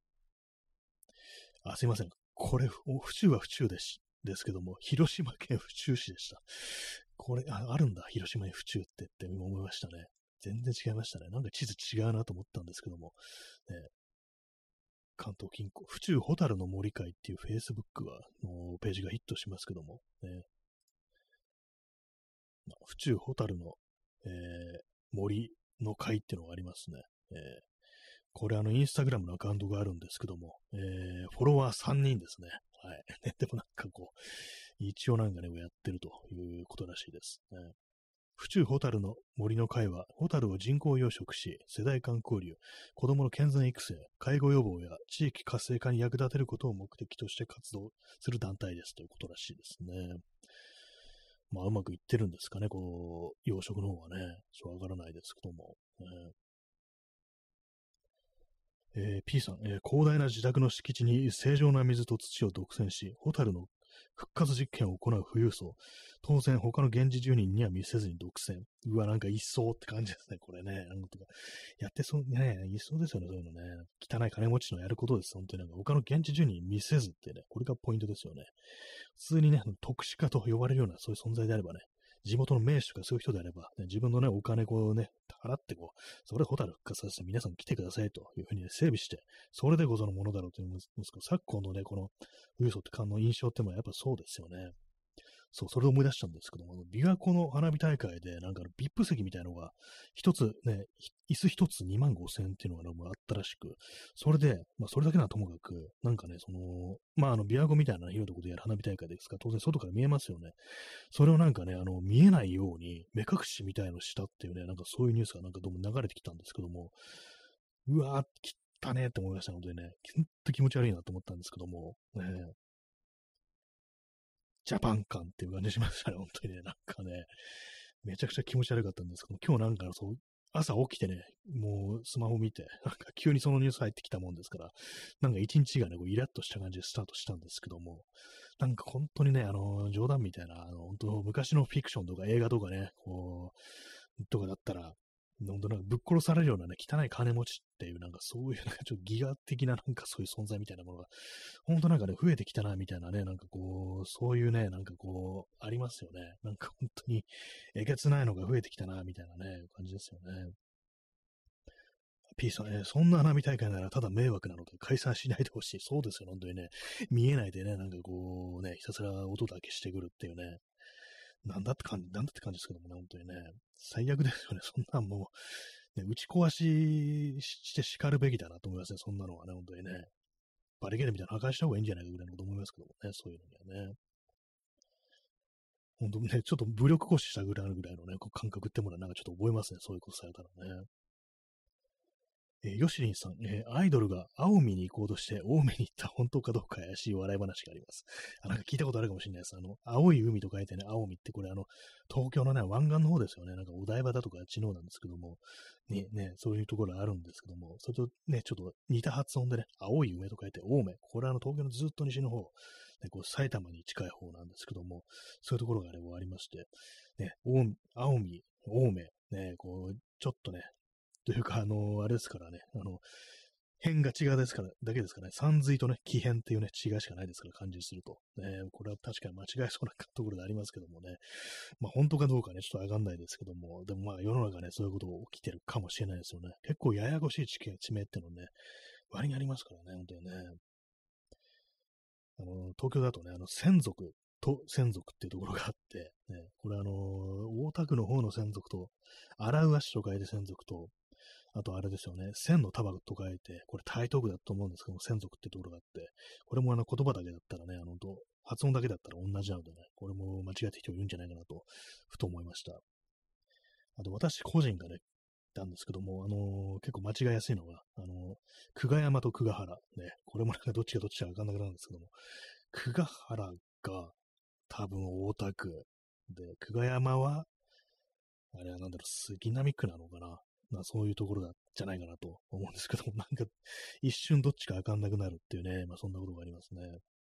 あ、すいません。これ、府中は府中ですけども、広島県府中市でした。これ、あるんだ、広島に府中って思いましたね。全然違いましたね。なんか地図違うなと思ったんですけども。ね、 関東近郊、府中ホタルの森会っていう Facebook のページがヒットしますけども、ね、府中ホタルの、森の会っていうのがありますね。これインスタグラムのアカウントがあるんですけども、フォロワー3人ですね。はい。でもなんかこう、一応なんかね、やってるということらしいです。府中ホタルの森の会は、ホタルを人工養殖し、世代間交流、子供の健全育成、介護予防や地域活性化に役立てることを目的として活動する団体ですということらしいですね。まあ、うまくいってるんですかね、こう、養殖の方はね。そうわからないですけども。P さん、広大な自宅の敷地に正常な水と土を独占し、ホタルの復活実験を行う富裕層。当然、他の現地住人には見せずに独占。うわ、なんか一層って感じですね、これね。なんとかやってそうね、一層ですよね、そういうのね。汚い金持ちのやることです、本当になんか他の現地住人に見せずってね、これがポイントですよね。普通にね、特殊化と呼ばれるようなそういう存在であればね、地元の名手とかそういう人であれば、ね、自分のね、お金こうね、払ってこう、それホタル復活させて皆さん来てくださいというふうに、ね、整備して、それでこそのものだろうというんですけど、昨今のね、この富裕層って感の印象ってもやっぱそうですよね。そう、それを思い出したんですけども、琵琶湖の花火大会で、なんかVIP 席みたいなのが、一つね、椅子一つ2万5千円っていうのが、あったらしく、それで、まあ、それだけならともかく、なんかね、まあ、琵琶湖みたいな広いところでやる花火大会ですから、当然外から見えますよね。それをなんかね、見えないように、目隠しみたいのしたっていうね、なんかそういうニュースがなんかどうも流れてきたんですけども、うわー、汚ねーって思いましたのでね、ほんと気持ち悪いなと思ったんですけども、ね、ジャパン感っていう感じしましたね、本当にね。なんかね、めちゃくちゃ気持ち悪かったんですけど、今日なんかそう、朝起きてね、もうスマホ見て、なんか急にそのニュース入ってきたもんですから、なんか一日がね、こうイラッとした感じでスタートしたんですけども、なんか本当にね、冗談みたいな、本当昔のフィクションとか映画とかね、こう、とかだったら、本当なんかぶっ殺されるようなね、汚い金持ちっていう、なんかそういう、なんかちょっとギガ的ななんかそういう存在みたいなものが、本当なんかね、増えてきたな、みたいなね、なんかこう、そういうね、なんかこう、ありますよね。なんか本当に、えげつないのが増えてきたな、みたいなね、感じですよね。P さん、そんな花火大会ならただ迷惑なので解散しないでほしい。そうですよ、本当にね。見えないでね、なんかこうね、ひたすら音だけしてくるっていうね。なんだって感じですけどもね、本当にね。最悪ですよね。そんなんもう、ね、打ち壊して叱るべきだなと思いますね。そんなのはね、本当にね。バリケードみたいなの破壊した方がいいんじゃないかぐらいのこと思いますけどもね、そういうのにはね。本当にね、ちょっと武力行使したぐらいのね、こう感覚ってものはなんかちょっと覚えますね。そういうことされたらね。ヨシリンさん、アイドルが青海に行こうとして青梅に行った本当かどうか怪しい笑い話があります。なんか聞いたことあるかもしれないです。青い海と書いてね、青海ってこれ東京のね、湾岸の方ですよね。なんかお台場だとかあっちの方なんですけども、ね、そういうところあるんですけども、それとね、ちょっと似た発音でね、青い梅と書いて青梅。これ東京のずっと西の方、ね、こう埼玉に近い方なんですけども、そういうところがね、ありまして、ね、青海、青梅、ね、こう、ちょっとね、というか、あれですからね、辺が違うですから、だけですからね、山水とね、奇変っていうね、違いしかないですから、漢字にすると。これは確かに間違えそうなところでありますけどもね。まあ、本当かどうかね、ちょっとわかんないですけども、でもまあ、世の中ね、そういうこと起きてるかもしれないですよね。結構ややこしい地名ってのね、割にありますからね、本当にね。東京だとね、専属と専属っていうところがあって、ね、これ大田区の方の専属と、荒浦市と書いて専属と、あとあれですよね、千の束と書いて、これ台東区だと思うんですけども、専属ってところがあって、これも言葉だけだったらね、発音だけだったら同じなのでね、これも間違えて人いるんじゃないかなと、ふと思いました。あと私個人がね、なんですけども、結構間違いやすいのが、久我山と久我原。ね、これもなんかどっちがどっちかわかんなくなるんですけども、久我原が多分大田区。で、久我山は、あれはなんだろう、杉並区なのかな。まあそういうところじゃないかなと思うんですけども、なんか一瞬どっちかわかんなくなるっていうね、まあそんなことがありますね。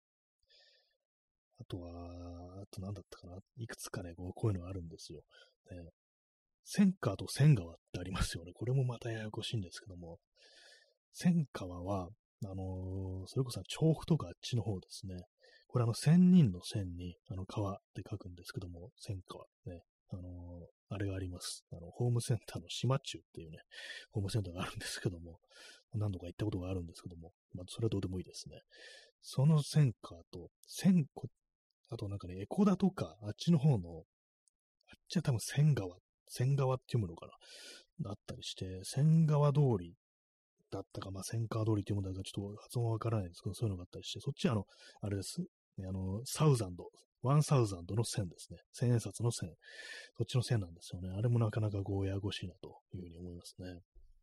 あとは、あと何だったかな。いくつかね、こういうのがあるんですよ。ね、千川と千川ってありますよね。これもまたややこしいんですけども、千川は、それこそ調布とかあっちの方ですね。これ千人の千に、川って書くんですけども、千川ね。 あれがあります。ホームセンターの島中っていうね、ホームセンターがあるんですけども、何度か行ったことがあるんですけども、まあ、それはどうでもいいですね。そのセンカーと、あとなんかね、エコダとか、あっちの方の、あっちは多分仙川って読むのかなだったりして、仙川通りだったか、まあ、仙川通りっていうものだかちょっと発音はわからないんですけど、そういうのがあったりして、そっちはあれです。ね、サウザンド、ワンサウザンドの線ですね。千円札の線。そっちの線なんですよね。あれもなかなかこう、ややこしいなというふうに思いますね。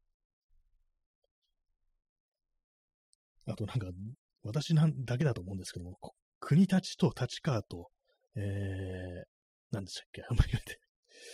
あとなんか、私だけだと思うんですけども、国立と立川と、何でしたっけあんまり言って。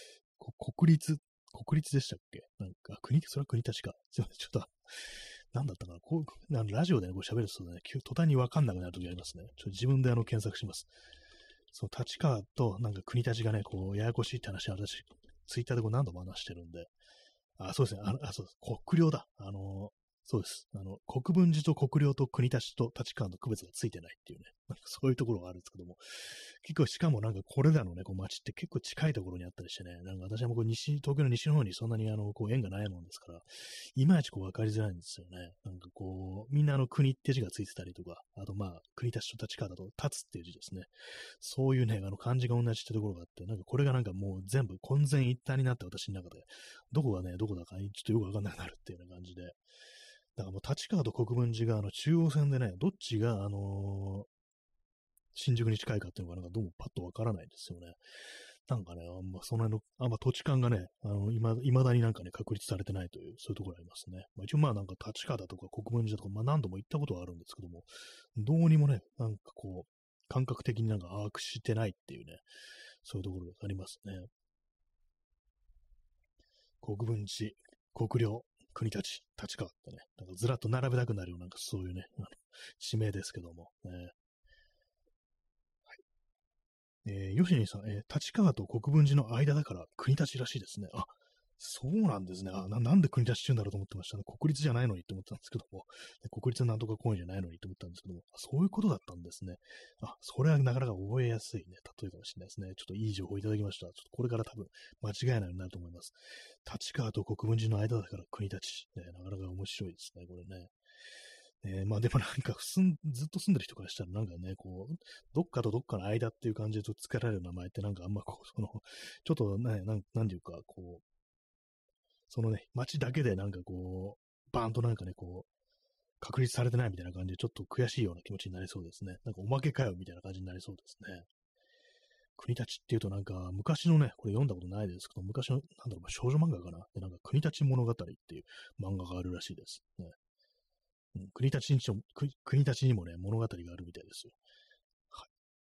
国立でしたっけなんか、それは国立か。すいません、ちょっと、なんだったかなラジオでね、こう喋るとね、途端にわかんなくなるときありますね。自分で検索します。その立川となんか国立がね、こう、ややこしいって話、私、ツイッターでこう何度も話してるんで、そうですね。そうです。国領だ。そうです。国分寺と国領と国立と立川の区別がついてないっていうね。なんかそういうところがあるんですけども。結構、しかもなんかこれらのね、こう街って結構近いところにあったりしてね。なんか私はもう東京の西の方にそんなにこう縁がないもんですから、いまいちこう分かりづらいんですよね。なんかこう、みんな国って字がついてたりとか、あとまあ、国立と立川だと立つっていう字ですね。そういうね、漢字が同じってところがあって、なんかこれがなんかもう全部混然一体になって私の中で、どこがね、どこだかちょっとよくわかんなくなるっていうような感じで。だからもう立川と国分寺が中央線でね、どっちが新宿に近いかっていうのがなんかどうもパッとわからないんですよね。なんかね、その辺の、土地勘がね、未だになんかね、確立されてないという、そういうところありますね。一応まあなんか立川だとか国分寺だとか、まあ何度も行ったことはあるんですけども、どうにもね、なんかこう、感覚的になんか把握してないっていうね、そういうところがありますね。国分寺、国領、国立、立川ってね、なんかずらっと並べたくなるような、なんかそういうね、地名ですけども、吉野さん、立川と国分寺の間だから国立らしいですね。そうなんですね。なんで国立って言うんだろうと思ってましたね。国立じゃないのにって思ったんですけども、国立なんとか公園じゃないのにと思ったんですけども、そういうことだったんですね。それはなかなか覚えやすいね、例えかもしれないですね。ちょっといい情報いただきました。ちょっとこれから多分間違いないようになると思います。立川と国分寺の間だから国立。ね、なかなか面白いですね、これね。まあでもなんかずっと住んでる人からしたらなんかね、こう、どっかとどっかの間っていう感じで付けられる名前ってなんかあんまこう、ちょっとね、なんていうか、こう、そのね、街だけでなんかこう、バーンとなんかね、こう、確立されてないみたいな感じで、ちょっと悔しいような気持ちになりそうですね。なんかおまけかよみたいな感じになりそうですね。国立っていうとなんか昔のね、これ読んだことないですけど、昔の、なんだろう、少女漫画かなで、なんか国立物語っていう漫画があるらしいですね。国立にもね、物語があるみたいですよ。はい。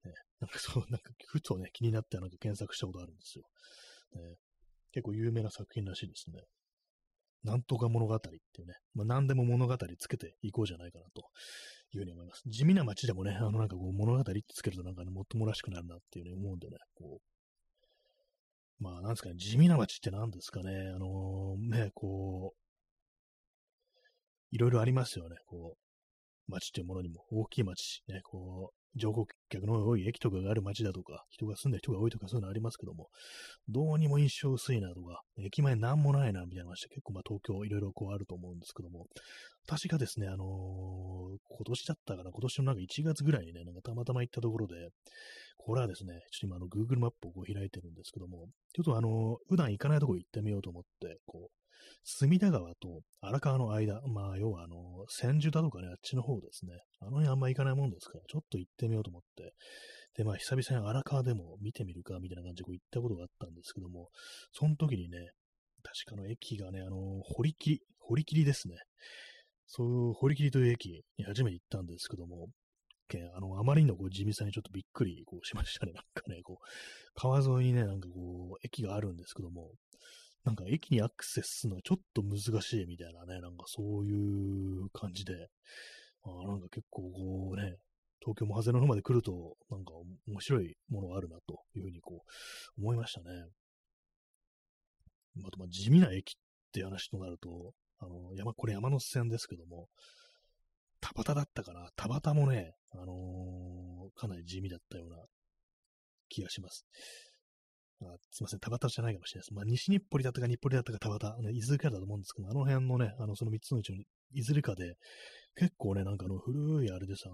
ね、なんかそう、なんかふとね、気になってなんか検索したことあるんですよ。ね、結構有名な作品らしいですね。なんとか物語っていうね、何でも物語つけていこうじゃないかなというふうに思います。地味な街でもね、なんかこう物語ってつけるとなんかね、もっともらしくなるなっていうふうに思うんでね、こう、まあなんですかね、地味な街って何ですかね、こう、いろいろありますよね、こう、街というものにも、大きい街、ね、こう、乗降客の多い駅とかがある街だとか、人が住んでる人が多いとかそういうのありますけども、どうにも印象薄いなとか、駅前なんもないなみたいな話で結構東京いろいろこうあると思うんですけども、私がですね、今年だったかな、今年のなんか1月ぐらいにね、なんかたまたま行ったところで、これはですね、ちょっと今Google マップをこう開いてるんですけども、ちょっと普段行かないところ行ってみようと思って、こう、隅田川と荒川の間、まあ、要は千住だとかね、あっちの方ですね。辺あんま行かないもんですから、ちょっと行ってみようと思って、で、まあ、久々に荒川でも見てみるか、みたいな感じでこう行ったことがあったんですけども、その時にね、確かの駅がね、堀切ですね。そう、堀切という駅に初めて行ったんですけども、あまりのこう地味さにちょっとびっくりこうしましたね。なんかね、こう、川沿いにね、なんかこう、駅があるんですけども、なんか駅にアクセスするのはちょっと難しいみたいなね、なんかそういう感じで、なんか結構こうね、東京も外れの方まで来ると、なんか面白いものがあるなというふうにこう思いましたね。あと、地味な駅って話となると、これ山手線ですけども、田端だったかな。田端もね、かなり地味だったような気がします。 すいません、田端じゃないかもしれないです。まあ、西日暮里だったか日暮里だったか田端、いずれかだと思うんですけど、あの辺のね、その3つのうちのいずれかで、結構ね、なんか古いあれです、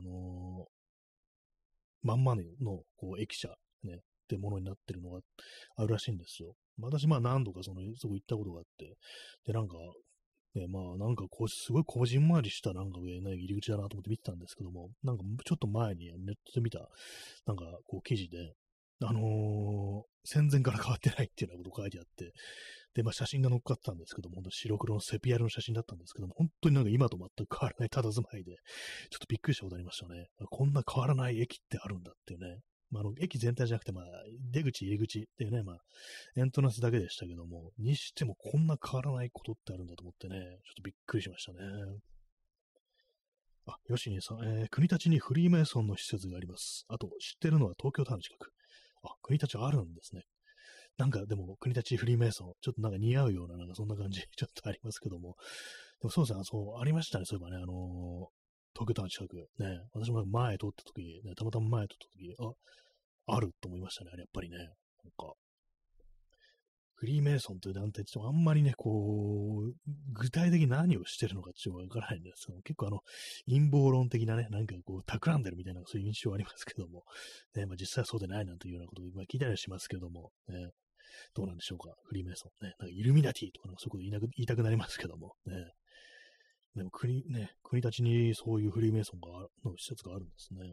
まんまの、こう、駅舎、ね、ってものになってるのがあるらしいんですよ。私、まあ何度かそこ行ったことがあって、で、なんか、ね、まあなんかこう、すごいこじんまりしたなんか上ね、入り口だなと思って見てたんですけども、なんかちょっと前にネットで見た、なんかこう記事で、戦前から変わってないっていうようなこと書いてあって、で、まあ写真が載っかってたんですけども、本当白黒のセピアルの写真だったんですけども、本当になんか今と全く変わらない佇まいで、ちょっとびっくりしたことありましたね。こんな変わらない駅ってあるんだっていうね。まあ、駅全体じゃなくて、まあ、出口、入り口っていうね、まあ、エントランスだけでしたけども、にしてもこんな変わらないことってあるんだと思ってね、ちょっとびっくりしましたね。あ、ヨシニさん、国立にフリーメイソンの施設があります。あと、知ってるのは東京タワーの近く。あ、国立あるんですね。なんかでも、国立フリーメイソン、ちょっとなんか似合うような、なんかそんな感じ、ちょっとありますけども。でもそうですね、そう、ありましたね、そういえばね、東京タワーの近く。ね、私も前通った時、ね、たまたま前通った時、あると思いましたね、あれ、やっぱりね。なんか、フリーメイソンという団体ってあんまりね、こう、具体的に何をしてるのかっていうのがわからないんですけど、結構陰謀論的なね、なんかこう、企んでるみたいな、そういう印象はありますけども、ね、まあ実際はそうでないなんていうようなことを今聞いたりはしますけども、ね、どうなんでしょうか、フリーメイソン。ね、なんかイルミナティとかそういうこと言いたくなりますけども、ね。でも国立にそういうフリーメイソンの施設があるんですね。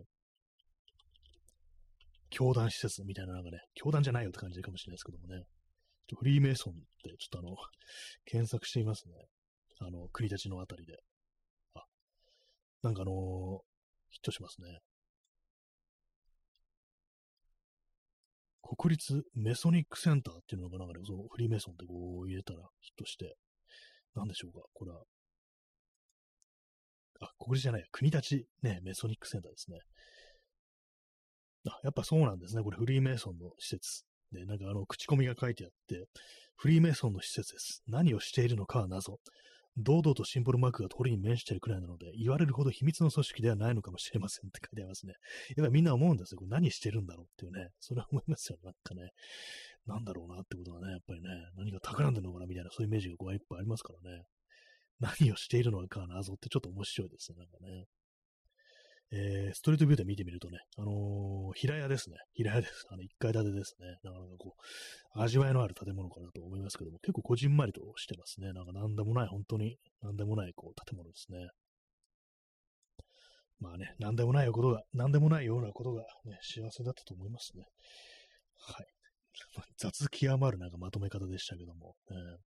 教団施設みたいな、なんかね、教団じゃないよって感じかもしれないですけどもね。フリーメイソンってちょっと検索していますね。国立のあたりで。あ、なんかヒットしますね。国立メソニックセンターっていうのがなんかね、そのフリーメイソンってこう入れたらヒットして、なんでしょうか、これは。国立じゃないや、国立ね、メソニックセンターですね。やっぱそうなんですね。これフリーメイソンの施設。で、なんか口コミが書いてあって、フリーメイソンの施設です。何をしているのかは謎。堂々とシンボルマークが通りに面しているくらいなので、言われるほど秘密の組織ではないのかもしれませんって書いてありますね。やっぱみんな思うんですよ。これ何してるんだろうっていうね。それは思いますよ。なんかね。なんだろうなってことはね、やっぱりね、何か企んでるのかなみたいな、そういうイメージがこういっぱいありますからね。何をしているのか謎ってちょっと面白いですね。なんかね。ストリートビューで見てみるとね、平屋ですね。平屋です。1階建てですね。なかなかこう、味わいのある建物かなと思いますけども、結構こじんまりとしてますね。なんかなんでもない、本当になんでもないこう建物ですね。まあね、なんでもないことが、なんでもないようなことが、ね、幸せだったと思いますね。はい。雑極まるなんかまとめ方でしたけども、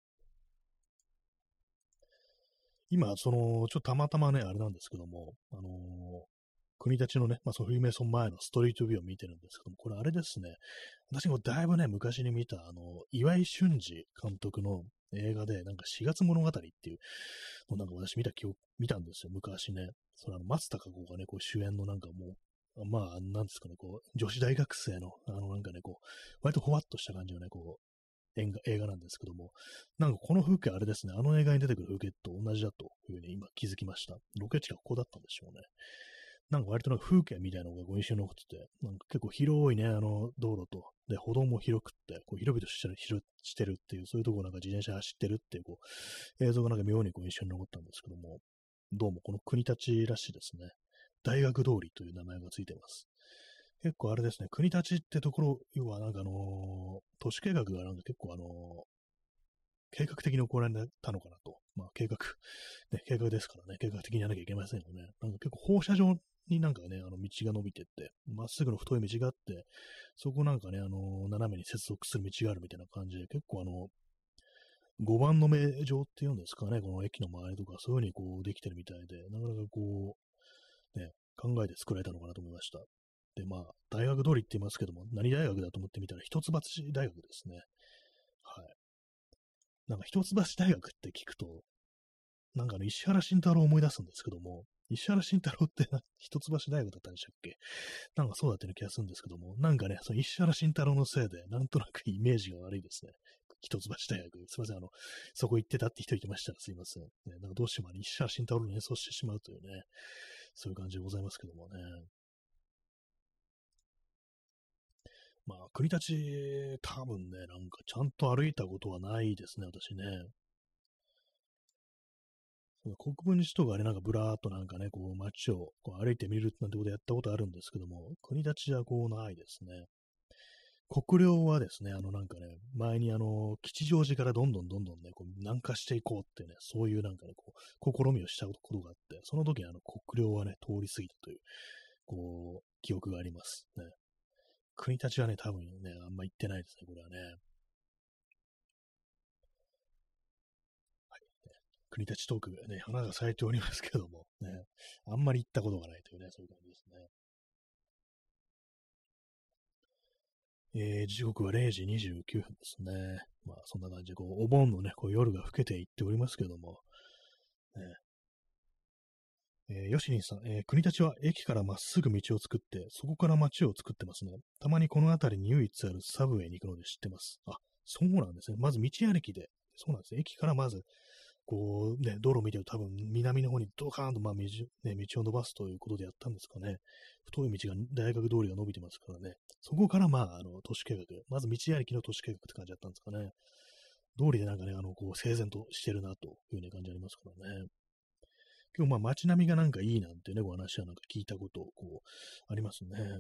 今、ちょっとたまたまね、あれなんですけども、国立のね、まあ、そのフリーメイソン前のストリートビューを見てるんですけども、これあれですね、私もだいぶね、昔に見た、岩井俊二監督の映画で、なんか4月物語っていうのなんか私見たんですよ、昔ね。それ松たか子がね、こう主演のなんかもう、まあ、なんですかね、こう、女子大学生の、なんかね、こう、割とほわっとした感じのね、こう、映画なんですけども、なんかこの風景あれですね、あの映画に出てくる風景と同じだというふうに今気づきました。ロケ地がここだったんでしょうね。なんか割となんか風景みたいなのがご印象に残ってて、なんか結構広いね、道路と、で、歩道も広くって、こう広々としてるっていう、そういうところなんか自転車走ってるっていう、こう、映像がなんか妙にこう印象に残ったんですけども、どうもこの国立らしいですね。大学通りという名前がついています。結構あれですね、国立ってところ、要はなんか都市計画がなんか結構計画的に行われたのかなと。まあ計画、ね、計画ですからね、計画的にやらなきゃいけませんよね。なんか結構放射状になんかね、道が伸びてって、まっすぐの太い道があって、そこなんかね、斜めに接続する道があるみたいな感じで、結構5番の目状っていうんですかね、この駅の周りとか、そういう風にこうできてるみたいで、なかなかこう、ね、考えて作られたのかなと思いました。で、まあ、大学通りって言いますけども、何大学だと思ってみたら、一橋大学ですね。はい。なんか一橋大学って聞くと、なんか石原慎太郎を思い出すんですけども、石原慎太郎って一橋大学だったんでしたっけ？なんかそうだったような気がするんですけども、なんかね、その石原慎太郎のせいで、なんとなくイメージが悪いですね。一橋大学。すいません、そこ行ってたって人いてましたらすいません。ね、なんかどうしても石原慎太郎に演奏してしまうというね、そういう感じでございますけどもね。 まあ、国立、多分ね、なんかちゃんと歩いたことはないですね、私ね。その国分寺とかあれなんかブラーっとなんかね、こう街をこう歩いてみるなんてことやったことあるんですけども、国立はこうないですね。国領はですね、なんかね、前に吉祥寺からどんどんね、こう南下していこうってね、そういうなんかね、こう、試みをしたことがあって、その時に国領はね、通り過ぎたという、こう、記憶がありますね。国立はね、多分ね、あんま行ってないですね、これはね。国立トークね、花が咲いておりますけども、ね、あんまり行ったことがないというね、そういう感じですね。時刻は0時29分ですね。まあ、そんな感じで、こう、お盆のね、こう夜が更けていっておりますけども、ねヨシニンさん、国立は駅からまっすぐ道を作って、そこから街を作ってますね。たまにこの辺りに唯一あるサブウェイに行くので知ってます。あ、そうなんですね。まず道歩きで、そうなんですね。駅からまず、こうね、道路を見てると多分南の方にドカーンとまあ道を伸ばすということでやったんですかね。太い道が、大学通りが伸びてますからね。そこからまあ、都市計画、まず道歩きの都市計画って感じだったんですかね。通りでなんかね、こう、整然としてるなというね、感じありますからね。今日まあ街並みがなんかいいなんてね、お話はなんか聞いたこと、こう、ありますね。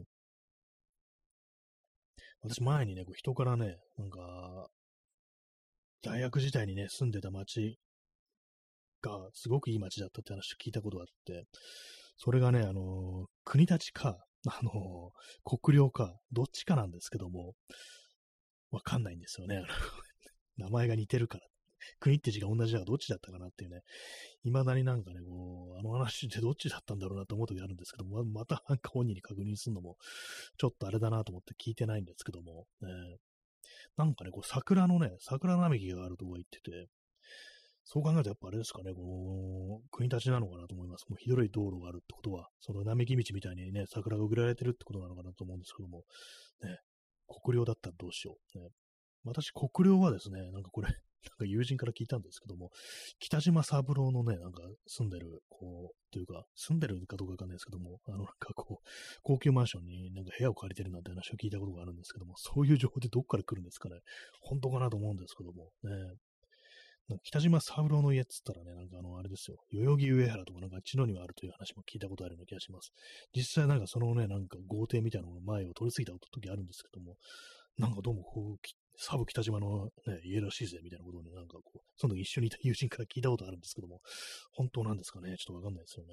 私前にね、こう人からね、なんか、大学時代にね、住んでた街がすごくいい街だったって話を聞いたことがあって、それがね、国立か、国領か、どっちかなんですけども、わかんないんですよね。名前が似てるから。国って字が同じだからどっちだったかなっていうね、未だになんかね、こう、あの話ってどっちだったんだろうなと思う時あるんですけども、またなんか本人に確認するのも、ちょっとあれだなと思って聞いてないんですけども、なんかね、こう桜並木があるとこが言ってて、そう考えるとやっぱあれですかね、こう、国立なのかなと思います。もう広い道路があるってことは、その並木道みたいにね、桜が植えられてるってことなのかなと思うんですけども、ね、国領だったらどうしよう。ね、私、国領はですね、なんかこれ、なんか友人から聞いたんですけども、北島三郎のね、なんか住んでる、こう、というか、住んでるかどうかわかんないですけども、なんかこう、高級マンションになんか部屋を借りてるなんて話を聞いたことがあるんですけども、そういう情報ってどっから来るんですかね。本当かなと思うんですけども、ね。なんか北島三郎の家っつったらね、なんかあれですよ、代々木上原とかなんか千野にはあるという話も聞いたことあるような気がします。実際なんかそのね、なんか豪邸みたいなのの前を通り過ぎた時あるんですけども、なんかどうもこう、サブ北島のね、家らしいぜみたいなことをね、なんかこう、その時一緒にいた友人から聞いたことあるんですけども、本当なんですかね、ちょっとわかんないですよね。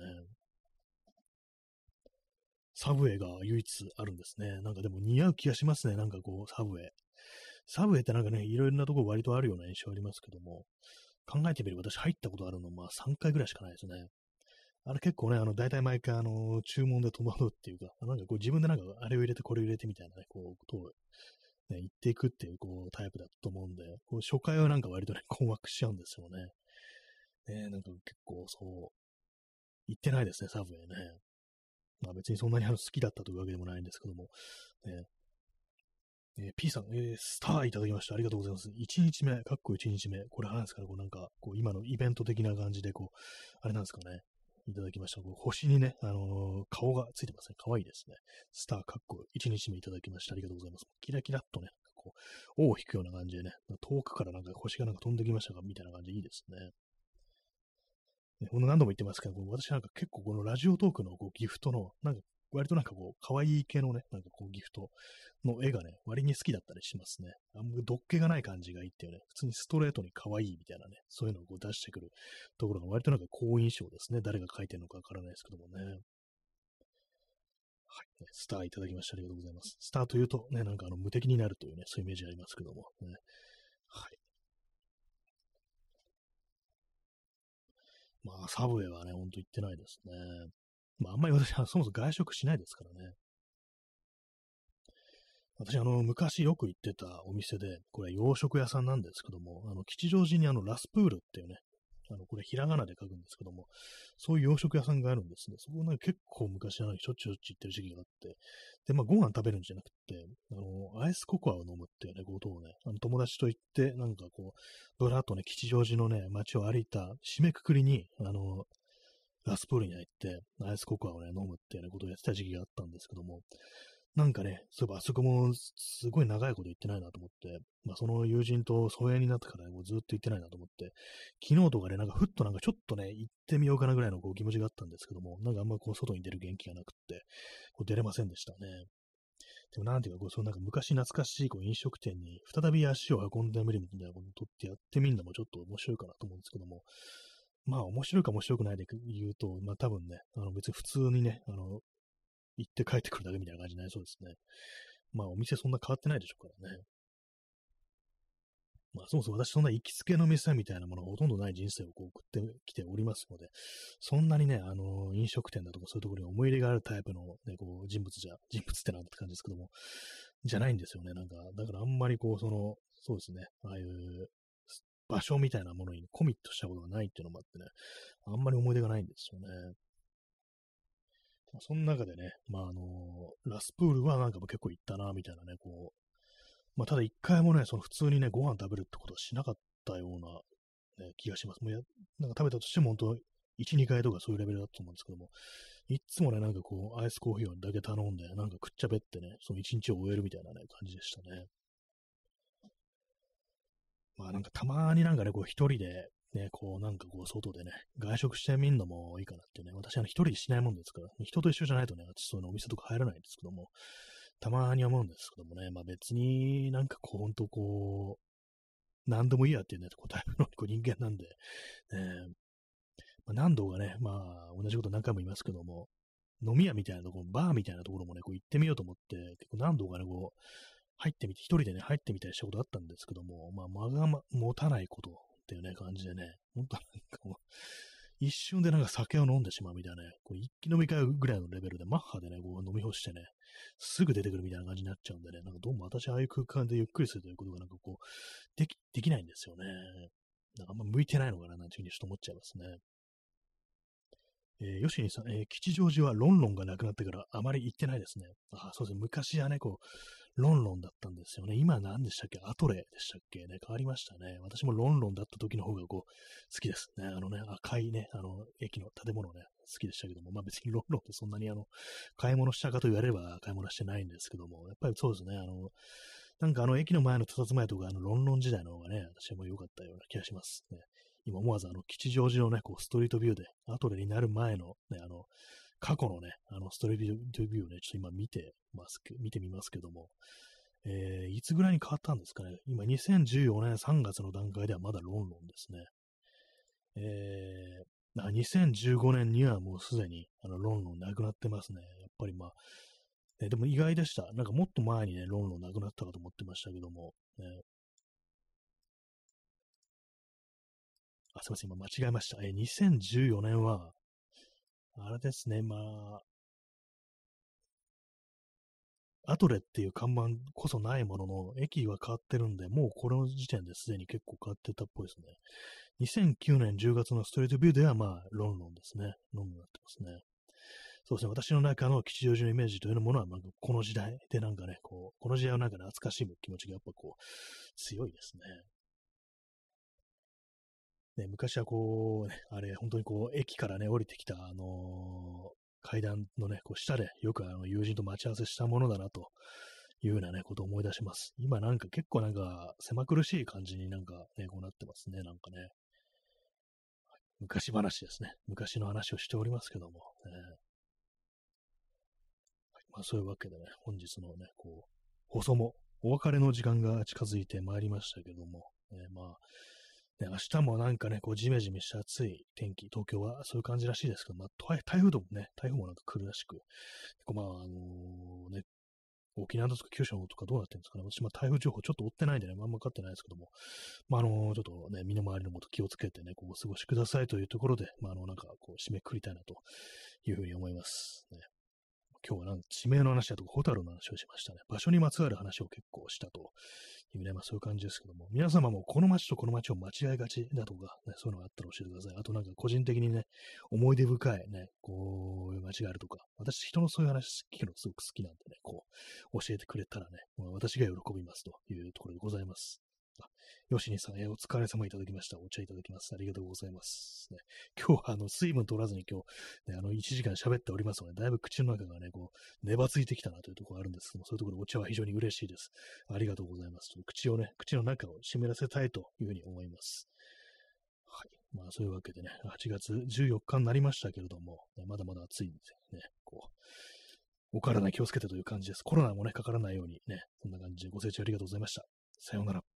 サブウェイが唯一あるんですね。なんかでも似合う気がしますね、なんかこう、サブウェイ。サブウェイってなんかね、いろいろなところ割とあるような印象ありますけども、考えてみれば私入ったことあるの、まあ3回ぐらいしかないですね。あれ結構ね、大体毎回注文で戸惑うっていうか、なんかこう自分でなんかあれを入れてこれを入れてみたいなね、こう、ことをね、言っていくっていう、こう、タイプだと思うんで、こう初回はなんか割とね、困惑しちゃうんですよね。なんか結構そう、行ってないですね、サブウェイね。まあ別にそんなに好きだったというわけでもないんですけども、ね、P さん、スターいただきました。ありがとうございます。1日目、かっこ1日目。これなんですかね、こうなんか、こう今のイベント的な感じで、こう、あれなんですかね。いただきました。こう星にね、顔がついてますね。かわいいですね。スターかっこ1日目いただきました。ありがとうございます。キラキラっとね、こう、尾を引くような感じでね、遠くからなんか星がなんか飛んできましたかみたいな感じでいいですね。この何度も言ってますけど、私なんか結構このラジオトークのこうギフトの、なんか割となんかこう、可愛い系のね、なんかこうギフトの絵がね、割に好きだったりしますね。あんまどっけがない感じがいいっていうね、普通にストレートに可愛いみたいなね、そういうのをこう出してくるところが割となんか好印象ですね。誰が書いてるのかわからないですけどもね。はい、スターいただきましてありがとうございます。スターというとね、なんか無敵になるというね、そういうイメージありますけども、ね。はい。まあ、サブウェイはね、ほんと行ってないですね。まあ、あんまり私はそもそも外食しないですからね。私、昔よく行ってたお店で、これ洋食屋さんなんですけども、吉祥寺にラスプールっていうね、これひらがなで書くんですけども、そういう洋食屋さんがあるんですね。そこね、結構昔はしょっちゅう行ってる時期があって、で、まあ、ご飯食べるんじゃなくて、アイスココアを飲むっていうね、ことをね、友達と行って、なんかこう、ぶらっとね、吉祥寺のね、街を歩いた締めくくりに、ラスプールに入って、アイスココアをね、飲むっていうね、ことをやってた時期があったんですけども、 なんかね、そういえばあそこもすごい長いこと行ってないなと思って、まあその友人と疎遠になってからね、もうずっと行ってないなと思って、昨日とかね、なんかふっとなんかちょっとね、行ってみようかなぐらいのこう気持ちがあったんですけども、なんかあんまこう外に出る元気がなくって、こう出れませんでしたね。でもなんていうか、こう、そのなんか昔懐かしいこう飲食店に再び足を運んでみるみたいなことってやってみるのもちょっと面白いかなと思うんですけども、まあ面白いか面白くないで言うと、まあ多分ね、別に普通にね、行って帰ってくるだけみたいな感じになりそうですね。まあお店そんな変わってないでしょうからね。まあそもそも私そんな行きつけの店みたいなものがほとんどない人生をこう送ってきておりますので、そんなにね、飲食店だとかそういうところに思い入れがあるタイプのね、こう人物ってなんだって感じですけども、じゃないんですよね。なんか、だからあんまりこう、そうですね、ああいう場所みたいなものにコミットしたことがないっていうのもあってね、あんまり思い出がないんですよね。まあ、その中でね、まあラスプールはなんか結構行ったな、みたいなね、こう、まあただ一回もね、その普通にね、ご飯食べるってことはしなかったような、ね、気がします。なんか食べたとしても本当、1、2回とかそういうレベルだと思うんですけども、いっつもね、なんかこう、アイスコーヒーをだけ頼んで、なんかくっちゃべってね、その1日を終えるみたいなね、感じでしたね。まあなんかたまになんかね、こう一人で、ね、こうなんかこう外でね、外食してみるのもいいかなっていうね、私は一人でしないもんですから、人と一緒じゃないとね、私そういうのお店とか入らないんですけども、たまに思うんですけどもね、まあ別になんかこう、ほんとこう、何でもいいやっていうね、こうタイプのこう人間なんで、まあ、何度かね、まあ同じこと何回も言いますけども、飲み屋みたいなところ、バーみたいなところもね、こう行ってみようと思って、結構何度かね、こう、入ってみて、一人でね、入ってみたりしたことあったんですけども、まあ、間が持たないことっていうね、感じでね、本当なんかもう、一瞬でなんか酒を飲んでしまうみたいなね、こう一気飲み会ぐらいのレベルで、マッハでね、こう飲み干してね、すぐ出てくるみたいな感じになっちゃうんでね、なんかどうも私、ああいう空間でゆっくりするということがなんかこう、できないんですよね。なんかあんま向いてないのかな、なんていうふうにちょっと思っちゃいますね。吉野さん、吉祥寺はロンロンがなくなってからあまり行ってないですね。あ、そうですね。昔はね、こう、ロンロンだったんですよね。今何でしたっけ、アトレでしたっけね。変わりましたね。私もロンロンだった時の方がこう、好きですね。赤いね、駅の建物ね、好きでしたけども、まあ別にロンロンってそんなに買い物したかと言われれば買い物してないんですけども、やっぱりそうですね。なんか駅の前の佇まいとか、ロンロン時代の方がね、私も良かったような気がしますね。今思わず吉祥寺のね、こうストリートビューで、アトレになる前のね、過去のね、ストリートビューをね、ちょっと今見てみますけども、いつぐらいに変わったんですかね。今、2014年3月の段階ではまだロンロンですね。2015年にはもうすでに、ロンロンなくなってますね。やっぱりまあ、でも意外でした。なんかもっと前にね、ロンロンなくなったかと思ってましたけども、すいません、今間違えました。2014年は、あれですね、まあ、アトレっていう看板こそないものの、駅は変わってるんで、もうこの時点ですでに結構変わってたっぽいですね。2009年10月のストリートビューでは、まあ、ロンロンですね。ロンロンになってますね。そうですね、私の中の吉祥寺のイメージというものは、まあ、この時代でなんかね、こう、この時代をなんかね、懐かしむ気持ちがやっぱこう、強いですね。ね、昔はこう、ね、あれ、本当にこう、駅からね、降りてきた、階段のね、こう下でよく友人と待ち合わせしたものだなというようなね、ことを思い出します。今なんか結構なんか狭苦しい感じになんかね、こうなってますね、なんかね。昔話ですね。昔の話をしておりますけども、まあそういうわけでね、本日のね、こう、放送もお別れの時間が近づいてまいりましたけども、まあ、ね、明日もなんかね、こう、ジメジメした暑い天気、東京はそういう感じらしいですけど、まあ、台風ともね、台風もなんか来るらしく、結構まあ、ね、沖縄とか九州の方とかどうなってるんですかね。私、まあ、台風情報ちょっと追ってないんでね、あんま分かってないですけども、まあ、ちょっとね、身の回りのこと気をつけてね、こう、お過ごしくださいというところで、まあ、なんか、こう、締めくくりたいなというふうに思います。ね、今日はなんか地名の話だとか、ホタルの話をしましたね。場所にまつわる話を結構したというね、まあそういう感じですけども、皆様もこの街とこの街を間違いがちだとか、ね、そういうのがあったら教えてください。あとなんか個人的にね、思い出深いね、こういう街があるとか、私人のそういう話聞くのすごく好きなんでね、こう、教えてくれたらね、まあ私が喜びますというところでございます。 よしにさん、お疲れ様いただきました。お茶いただきます。ありがとうございます。ね、今日は水分取らずに今日、ね、1時間喋っておりますので、だいぶ口の中がね、こう、粘ついてきたなというところがあるんですけども、そういうところでお茶は非常に嬉しいです。ありがとうございます。口の中を湿らせたいというふうに思います。はい。まあ、そういうわけでね、8月14日になりましたけれども、ね、まだまだ暑いんでね、こう、お体に気をつけてという感じです。コロナもね、かからないようにね、そんな感じでご清聴ありがとうございました。さようなら。